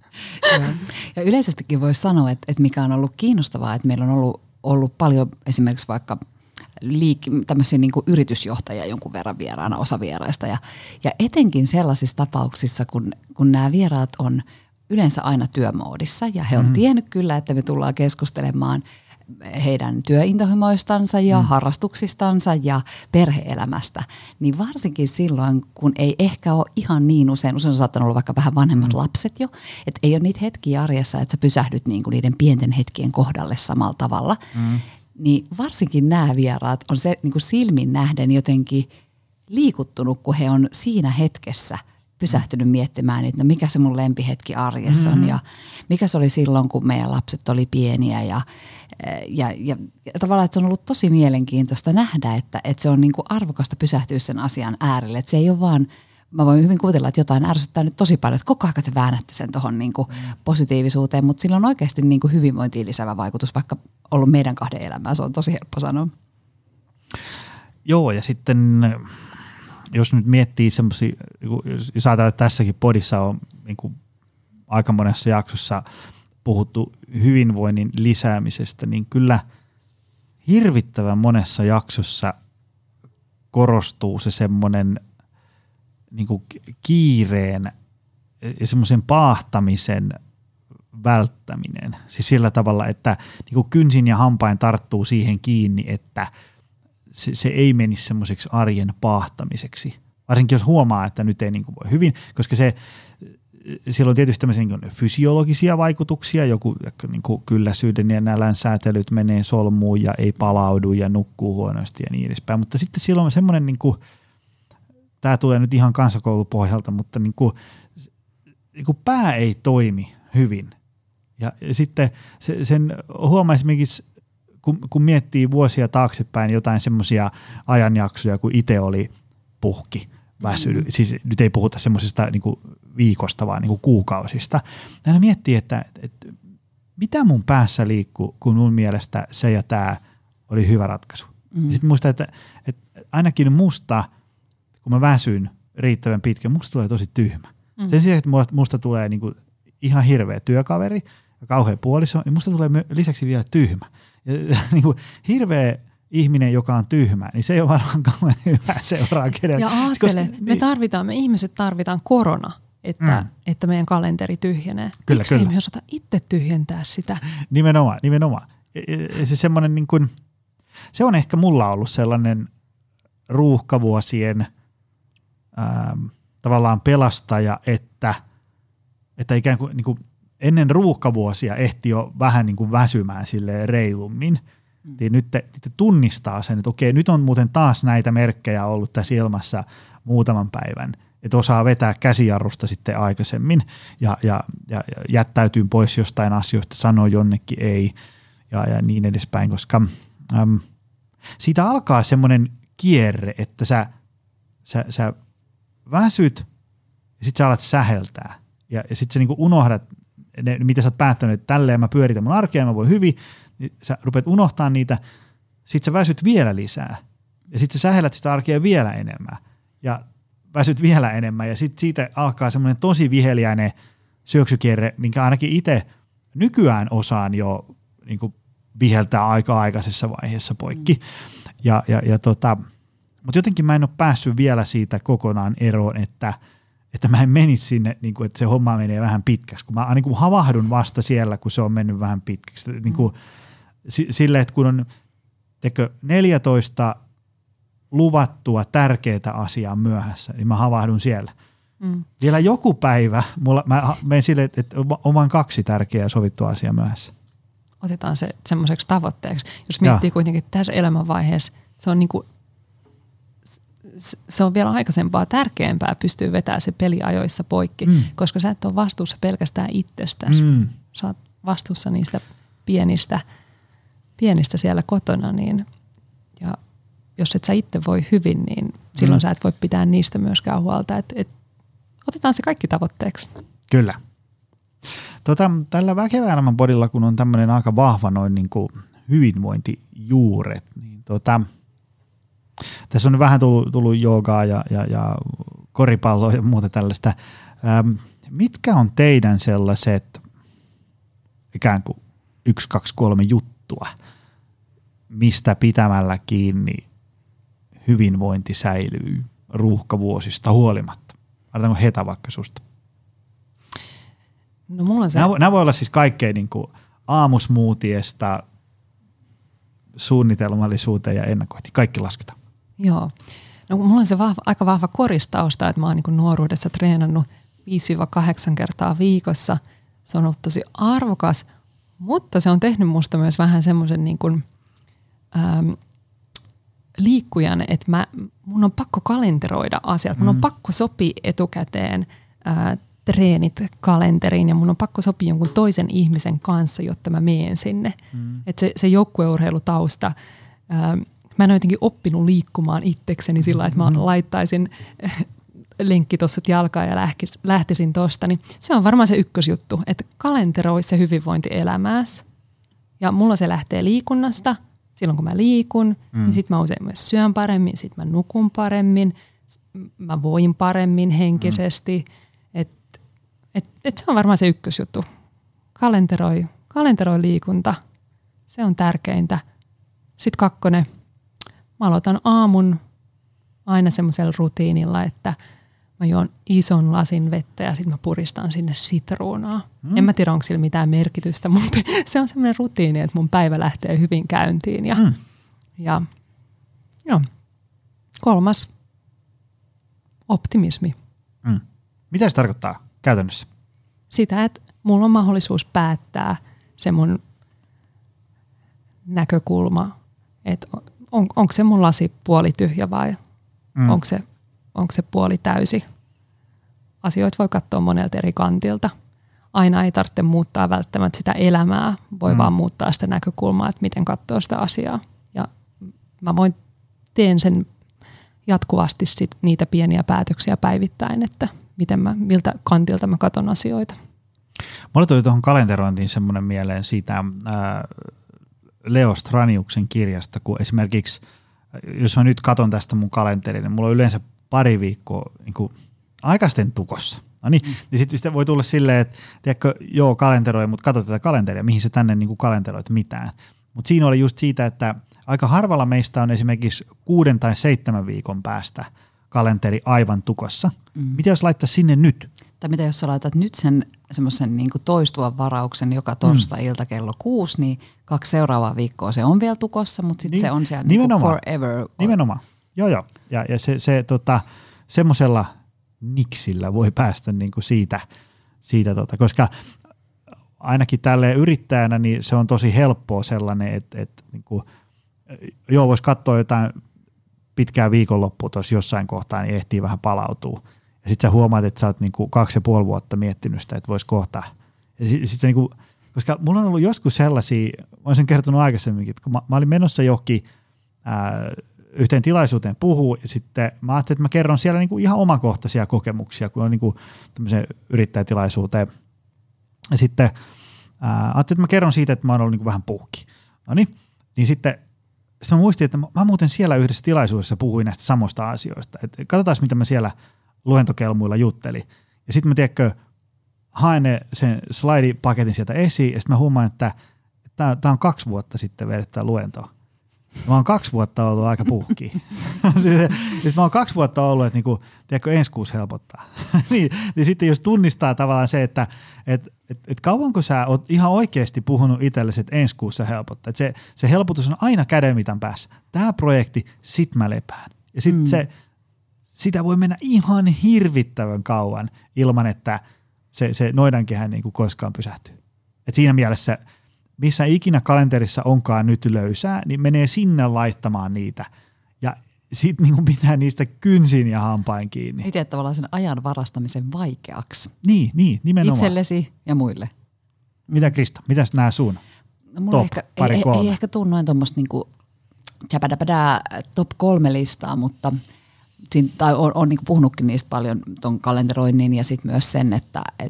Ja yleisestikin voisi sanoa, että, että mikä on ollut kiinnostavaa, että meillä on ollut, ollut paljon esimerkiksi vaikka liik- tämmöisiä niin kuin yritysjohtajia jonkun verran vieraana, osa vieraista. Ja, ja etenkin sellaisissa tapauksissa, kun, kun nämä vieraat on yleensä aina työmoodissa ja he on mm. tiennyt kyllä, että me tullaan keskustelemaan heidän työintohimoistansa ja mm. harrastuksistansa ja perhe-elämästä, niin varsinkin silloin, kun ei ehkä ole ihan niin usein, usein on saattanut olla vaikka vähän vanhemmat mm. lapset jo, että ei ole niitä hetkiä arjessa, että sä pysähdyt niin kuin niiden pienten hetkien kohdalle samalla tavalla, mm. niin varsinkin nämä vieraat on se niin kuin silmin nähden jotenkin liikuttunut, kun he on siinä hetkessä pysähtynyt miettimään, että no mikä se mun lempihetki arjessa on mm-hmm. ja mikä se oli silloin, kun meidän lapset oli pieniä ja, ja, ja, ja tavallaan, että se on ollut tosi mielenkiintoista nähdä, että, että se on niin kuin arvokasta pysähtyä sen asian äärelle, että se ei ole vaan, mä voin hyvin kuvitella, että jotain ärsyttää nyt tosi paljon, että koko ajan te väännätte sen tuohon niin kuin positiivisuuteen, mutta sillä on oikeasti niin kuin hyvinvointiin lisäävä vaikutus, vaikka ollut meidän kahden elämää, se on tosi helppo sanoa. Joo, ja sitten jos nyt miettii semmoisia, jos ajatellaan, että tässäkin podissa on niin kuin aika monessa jaksossa puhuttu hyvinvoinnin lisäämisestä, niin kyllä hirvittävän monessa jaksossa korostuu se semmoinen niin kuin kiireen ja semmoisen paahtamisen välttäminen. Siis sillä tavalla, että niin kuin kynsin ja hampain tarttuu siihen kiinni, että Se, se ei menisi semmoiseksi arjen paahtamiseksi. Varsinkin jos huomaa, että nyt ei niin kuin voi hyvin, koska se, sillä on tietysti tämmöisiä niin fysiologisia vaikutuksia, joku niin kuin kylläisyyden ja nälän säätelyt menee solmuun ja ei palaudu ja nukkuu huonosti ja niin edespäin. Mutta sitten sillä on semmoinen, niin kuin, tämä tulee nyt ihan kansakoulupohjalta, mutta niin kuin, niin kuin pää ei toimi hyvin. Ja, ja sitten se, sen huomaa esimerkiksi, Kun, kun miettii vuosia taaksepäin jotain semmoisia ajanjaksoja, kun itse oli puhki, väsynyt, mm-hmm. siis nyt ei puhuta semmoisesta niinku viikosta, vaan niinku kuukausista. Aina miettii, että, että mitä mun päässä liikkuu, kun mun mielestä se ja tämä oli hyvä ratkaisu. Mm-hmm. Sitten muistan, että, että ainakin musta, kun mä väsyn riittävän pitkän, musta tulee tosi tyhmä. Mm-hmm. Sen sijaan, että musta tulee niinku ihan hirveä työkaveri ja kauhea puoliso, niin musta tulee lisäksi vielä tyhmä. Ja, niin kuin hirveä ihminen, joka on tyhmä, niin se ei ole varmaan kauhean hyvä seuraa kenellä. Ja ajattele, me tarvitaan, me ihmiset tarvitaan korona että, Mm. että meidän kalenteri tyhjenee. Kyllä, Miksi kyllä. ei me osata itse tyhjentää sitä? Nimenomaan, nimenomaan. Se, semmoinen niin kuin, se on ehkä mulla ollut sellainen ruuhkavuosien ähm, tavallaan pelastaja, että, että ikään kuin, niin kuin ennen ruuhkavuosia ehti jo vähän niin kuin väsymään silleen reilummin. Mm. Niin nyt, te, nyt te tunnistaa sen, että okei, nyt on muuten taas näitä merkkejä ollut tässä ilmassa muutaman päivän, että osaa vetää käsijarrusta sitten aikaisemmin ja, ja, ja jättäytyy pois jostain asioista, sanoo jonnekin ei ja, ja niin edespäin, koska äm, siitä alkaa semmoinen kierre, että sä, sä, sä väsyt ja sit sä alat säheltää ja, ja sit sä niinku unohdat, ne, mitä sä oot päättänyt, että tälleen mä pyöritän mun arkea ja mä voin hyvin, niin sä rupeat unohtaa niitä, sit sä väsyt vielä lisää ja sit sä sähellät sitä arkea vielä enemmän ja väsyt vielä enemmän ja sitten siitä alkaa semmoinen tosi viheliäinen syöksykierre, minkä ainakin itse nykyään osaan jo niin kuin viheltää aika aikaisessa vaiheessa poikki. Mm. Ja, ja, ja tota, mutta jotenkin mä en ole päässyt vielä siitä kokonaan eroon, että, että mä en menisi sinne, niin kuin, että se homma menee vähän pitkäksi, kun mä niin kuin havahdun vasta siellä, kun se on mennyt vähän pitkäksi. Mm. Niin kuin, sille, että kun on tekö neljätoista luvattua tärkeää asiaa myöhässä, niin mä havahdun siellä. Mm. Vielä joku päivä, mulla, mä menen sille, että on vain kaksi tärkeää sovittua asiaa myöhässä. Otetaan se semmoiseksi tavoitteeksi. Jos miettii ja. kuitenkin tässä elämänvaiheessa, se on, niinku, se on vielä aikaisempaa tärkeämpää pystyä vetämään se peli ajoissa poikki, mm. koska sä et ole vastuussa pelkästään itsestäsi. Mm. Sä oot vastuussa niistä pienistä, pienistä siellä kotona, niin ja jos et sä itse voi hyvin, niin silloin mm. sä et voi pitää niistä myöskään huolta. Et, et, otetaan se kaikki tavoitteeksi. Kyllä. Tota, tällä Väkevä Elämän podilla, kun on tämmöinen aika vahva noin niin kuin hyvinvointijuuret, niin tota, tässä on vähän tullut, tullut joogaa ja, ja, ja koripalloa ja muuta tällaista. Ähm, mitkä on teidän sellaiset ikään kuin yksi, kaksi, kolme juttua, mistä pitämällä kiinni hyvinvointi säilyy ruuhkavuosista huolimatta? Aloitanko Heta vaikka susta? No mulla on se... Nämä, nämä voi olla siis kaikkea niin kuin aamusmuutiesta suunnitelmallisuuteen ja ennakointiin. Kaikki lasketaan. Joo. No mulla on se vahva, aika vahva koristausta, että mä oon niin kuin nuoruudessa treenannut viisi kahdeksan kertaa viikossa. Se on ollut tosi arvokas, mutta se on tehnyt musta myös vähän semmoisen niin kuin, ähm, liikkujan, että mä, mun on pakko kalenteroida asiat. Mun mm. on pakko sopia etukäteen äh, treenit kalenteriin ja mun on pakko sopia jonkun toisen ihmisen kanssa, jotta mä meen sinne. Mm. Että se, se joukkueurheilutausta, ää, mä en ole jotenkin oppinut liikkumaan itsekseni sillä, että mä laittaisin lenkkitossut jalkaan ja lähtis, lähtisin tosta. Niin se on varmaan se ykkösjuttu, että kalenteroi se hyvinvointi elämääsi. Ja mulla se lähtee liikunnasta. Silloin kun mä liikun, mm. niin sit mä usein myös syön paremmin, sit mä nukun paremmin, mä voin paremmin henkisesti. Mm. Et, et se on varmaan se ykkösjuttu. Kalenteroi, kalenteroi liikunta. Se on tärkeintä. Sitten kakkonen. Mä aloitan aamun aina semmoisella rutiinilla, että mä juon ison lasin vettä ja sitten mä puristan sinne sitruunaa. Mm. En mä tiedä, onko sillä mitään merkitystä, mutta se on semmoinen rutiini, että mun päivä lähtee hyvin käyntiin. Ja, mm. ja joo. Kolmas. Optimismi. Mm. Mitä se tarkoittaa käytännössä? Sitä, että mulla on mahdollisuus päättää se mun näkökulma, että on, onko se mun lasi puoli tyhjä vai mm. onko, se, onko se puoli täysi. Asioita voi katsoa monelta eri kantilta. Aina ei tarvitse muuttaa välttämättä sitä elämää, voi mm. vaan muuttaa sitä näkökulmaa, että miten katsoo sitä asiaa. Ja mä voin teen sen jatkuvasti sit niitä pieniä päätöksiä päivittäin, että miten mä, miltä kantilta mä katson asioita. Mulle tuli tuohon kalenterointiin semmoinen mieleen siitä ää, Leo Straniuksen kirjasta, kun esimerkiksi, jos mä nyt katson tästä mun kalenteria, niin mulla on yleensä pari viikkoa niin kuin aikaisten tukossa. No niin, mm. niin sitten sit voi tulla silleen, että tiedätkö, joo kalenteroi, mutta katso tätä kalenteria, mihin sä tänne niin kuin kalenteroit mitään. Mutta siinä oli just siitä, että aika harvalla meistä on esimerkiksi kuuden tai seitsemän viikon päästä kalenteri aivan tukossa. Mm. Mitä jos laittaa sinne nyt? Tai mitä jos sä laitat nyt sen semmoisen niin kuin toistuvan varauksen joka torstai-ilta kello kuusi, niin kaksi seuraavaa viikkoa se on vielä tukossa, mutta sitten Niin, se on siellä niin kuin forever. Nimenomaan, joo joo. Ja, ja se, se tota, semmoisella niksillä voi päästä niin kuin siitä, siitä tota, koska ainakin tälleen yrittäjänä niin se on tosi helppoa sellainen, että, että niin kuin, joo voisi katsoa jotain pitkää viikonloppua tuossa jossain kohtaa, niin ehtii vähän palautua. Ja sitten sä huomaat, että sä oot niinku kaksi ja puoli vuotta miettinyt sitä, että vois kohta. Ja sit, sit niinku, koska mulla on ollut joskus sellaisia, mä olen sen kertonut aikaisemminkin, että kun mä, mä olin menossa johonkin ää, yhteen tilaisuuteen puhua, ja sitten mä ajattelin, että mä kerron siellä niinku ihan omakohtaisia kokemuksia, kun on niinku tämmöiseen yrittäjätilaisuuteen. Ja sitten ää, ajattelin, että mä kerron siitä, että mä oon ollut niinku vähän puhki. No niin, niin sitten sitten mä muistin, että mä muuten siellä yhdessä tilaisuudessa puhuin näistä samoista asioista. Et katsotaan, mitä mä siellä luentokelmuilla juttelin. Ja sitten mä tiedätkö, haen ne sen slaidipaketin sieltä esiin, ja sitten mä huomaan, että tämä on kaksi vuotta sitten vedettää luentoa. Mä oon kaksi vuotta ollut aika puhki. Sitten mä oon kaksi vuotta ollut, että niinku, tiedätkö, ensi kuussa helpottaa. niin, niin sitten jos tunnistaa tavallaan se, että et, et, et kauanko sä oot ihan oikeasti puhunut itsellesi, että ensi kuussa helpottaa. Et se, se helpotus on aina kädenmitan päässä. Tämä projekti, sit mä lepään. Ja sitten mm. se, sitä voi mennä ihan hirvittävän kauan ilman, että se, se noidankehä niinku koskaan pysähtyy. Et siinä mielessä missä ikinä kalenterissa onkaan nyt löysää, niin menee sinne laittamaan niitä. Ja sitten niinku pitää niistä kynsin ja hampain kiinni. Ei tee tavallaan sen ajan varastamisen vaikeaksi. Niin, niin nimenomaan. Itsellesi ja muille. Mitä Krista, mitäs nää sun? No mulla top, ehkä, pari, ei, kolme. ei ehkä tuu noin tuommoista niinku top kolme listaa, mutta siinä, tai on, on niinku puhunutkin niistä paljon ton kalenteroinnin ja sitten myös sen, että et,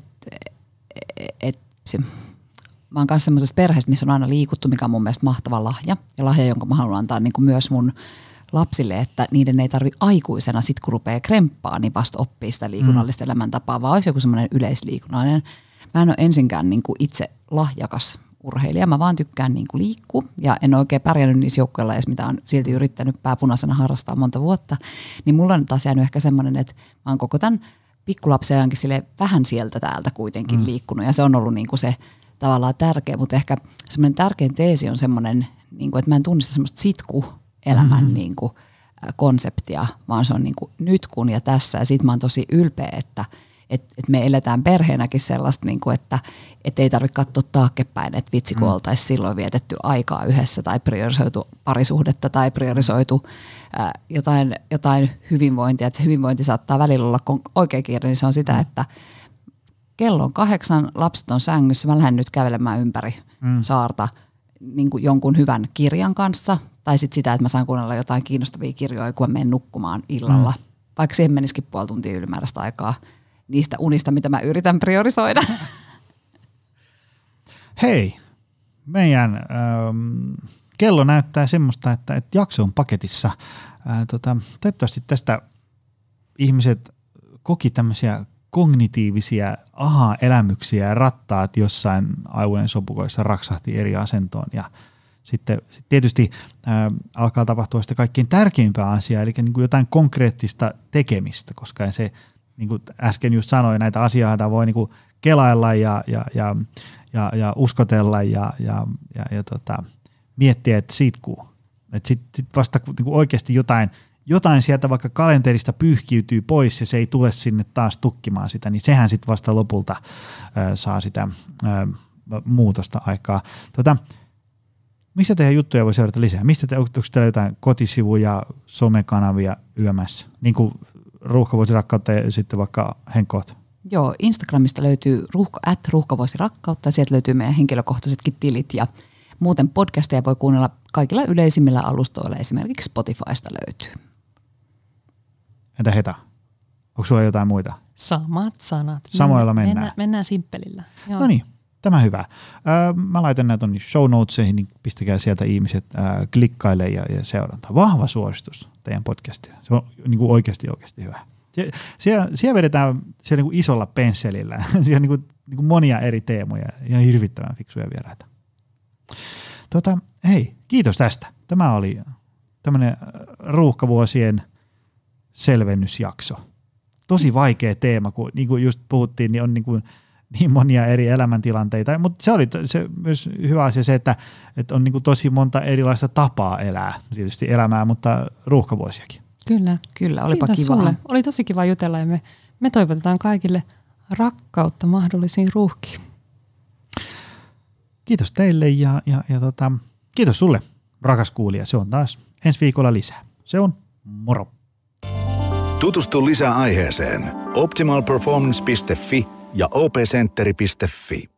et, se, mä oon kanssa semmoisessa perheessä, missä on aina liikuttu, mikä on mun mielestä mahtava lahja. Ja lahja, jonka mä haluan antaa niin kuin myös mun lapsille, että niiden ei tarvitse aikuisena, sit kun rupeaa kremppaa, niin vasta oppii sitä liikunnallista mm. elämäntapaa, vaan olisi joku semmoinen yleisliikunnallinen. Mä en ole ensinkään niin kuin itse lahjakas urheilija, mä vaan tykkään niin kuin liikkua ja en oikein pärjännyt niissä joukkueilla edes, mitä on silti yrittänyt pääpunaisena harrastaa monta vuotta. Niin mulla on taas jäänyt ehkä semmoinen, että mä oon koko tämän pikkulapsen ajankin sille vähän sieltä täältä kuitenkin mm. liikkunut ja se on ollut niin kuin se tavallaan tärkeä, mutta ehkä semmoinen tärkein teesi on semmoinen, niin kuin, että mä en tunnista semmoista sitku-elämän mm-hmm. niin kuin, konseptia, vaan se on niin kuin nyt kun ja tässä. Ja sit mä oon tosi ylpeä, että et, et me eletään perheenäkin sellaista, niin kuin, että et ei tarvitse katsoa taaksepäin, että vitsi kun mm. oltaisiin silloin vietetty aikaa yhdessä tai priorisoitu parisuhdetta tai priorisoitu ää, jotain, jotain hyvinvointia. Että se hyvinvointi saattaa välillä olla, kun oikea kiire, niin se on sitä, mm. että kello on kahdeksan, lapset on sängyssä, mä lähden nyt kävelemään ympäri mm. saarta niin kuin jonkun hyvän kirjan kanssa. Tai sitten sitä, että mä saan kuunnella jotain kiinnostavia kirjoja, kun mä menen nukkumaan illalla. Mm. Vaikka siihen menisikin puoli tuntia ylimääräistä aikaa niistä unista, mitä mä yritän priorisoida. Hei, meidän ähm, kello näyttää semmoista, että, että jakso on paketissa. Äh, tota, toivottavasti tästä ihmiset koki tämmöisiä kognitiivisia aha-elämyksiä ja rattaat jossain aivojen sopukoissa raksahti eri asentoon ja sitten sit tietysti ää, alkaa tapahtua sitä kaikkein tärkeimpää asiaa, eli niin kuin jotain konkreettista tekemistä, koska se, niin kuin äsken just sanoin, näitä asioita voi niin kuin kelailla ja, ja, ja, ja, ja uskotella ja, ja, ja, ja tota, miettiä, että siitkuu. Että sitten sit vasta niin kuin oikeasti jotain jotain sieltä vaikka kalenterista pyyhkiytyy pois ja se ei tule sinne taas tukkimaan sitä, niin sehän sitten vasta lopulta ö, saa sitä ö, muutosta aikaa. Tota, mistä teidän juttuja voi seurata lisää? Mistä te, onko teillä jotain kotisivuja, somekanavia yömässä? Niin kuin Ruuhkavuosirakkautta ja sitten vaikka Henkkoot. Joo, Instagramista löytyy ruuhka, at ruuhkavuosirakkautta ja sieltä löytyy meidän henkilökohtaisetkin tilit ja muuten podcasteja voi kuunnella kaikilla yleisimmillä alustoilla, esimerkiksi Spotifysta löytyy. Entä Heta? Onko sulla jotain muita? Samat sanat. Samoilla mennään. Mennään, mennään simppelillä. Joo. No niin, tämä hyvä. Öö, mä laitan näitä tuonne show notesihin, niin pistäkää sieltä ihmiset äh, klikkaille ja, ja seurantaa. Vahva suositus teidän podcastille. Se on niin kuin oikeasti oikeasti hyvä. Sie, siellä, siellä vedetään siellä niin kuin isolla pensselillä. Siellä on niin kuin, niin kuin monia eri teemoja ja hirvittävän fiksuja vieraita. Tota, hei, kiitos tästä. Tämä oli tämmöinen ruuhkavuosien selvennysjakso. tosi vaikea teema, kun niin kuin just puhuttiin, niin on niin, kuin niin monia eri elämäntilanteita, mutta se oli se myös hyvä asia se, että, että on niin kuin tosi monta erilaista tapaa elää tietysti elämää, mutta ruuhkavuosiakin. Kyllä. Kyllä, olipa Kiitos kiva. sulle. Oli tosi kiva jutella ja me, me toivotetaan kaikille rakkautta mahdollisiin ruuhkiin. Kiitos teille ja, ja, ja tota, kiitos sulle, rakas kuulija. Se on taas ensi viikolla lisää. Se on moro. Tutustu lisää aiheeseen optimal performance piste fi ja o p centeri piste fi.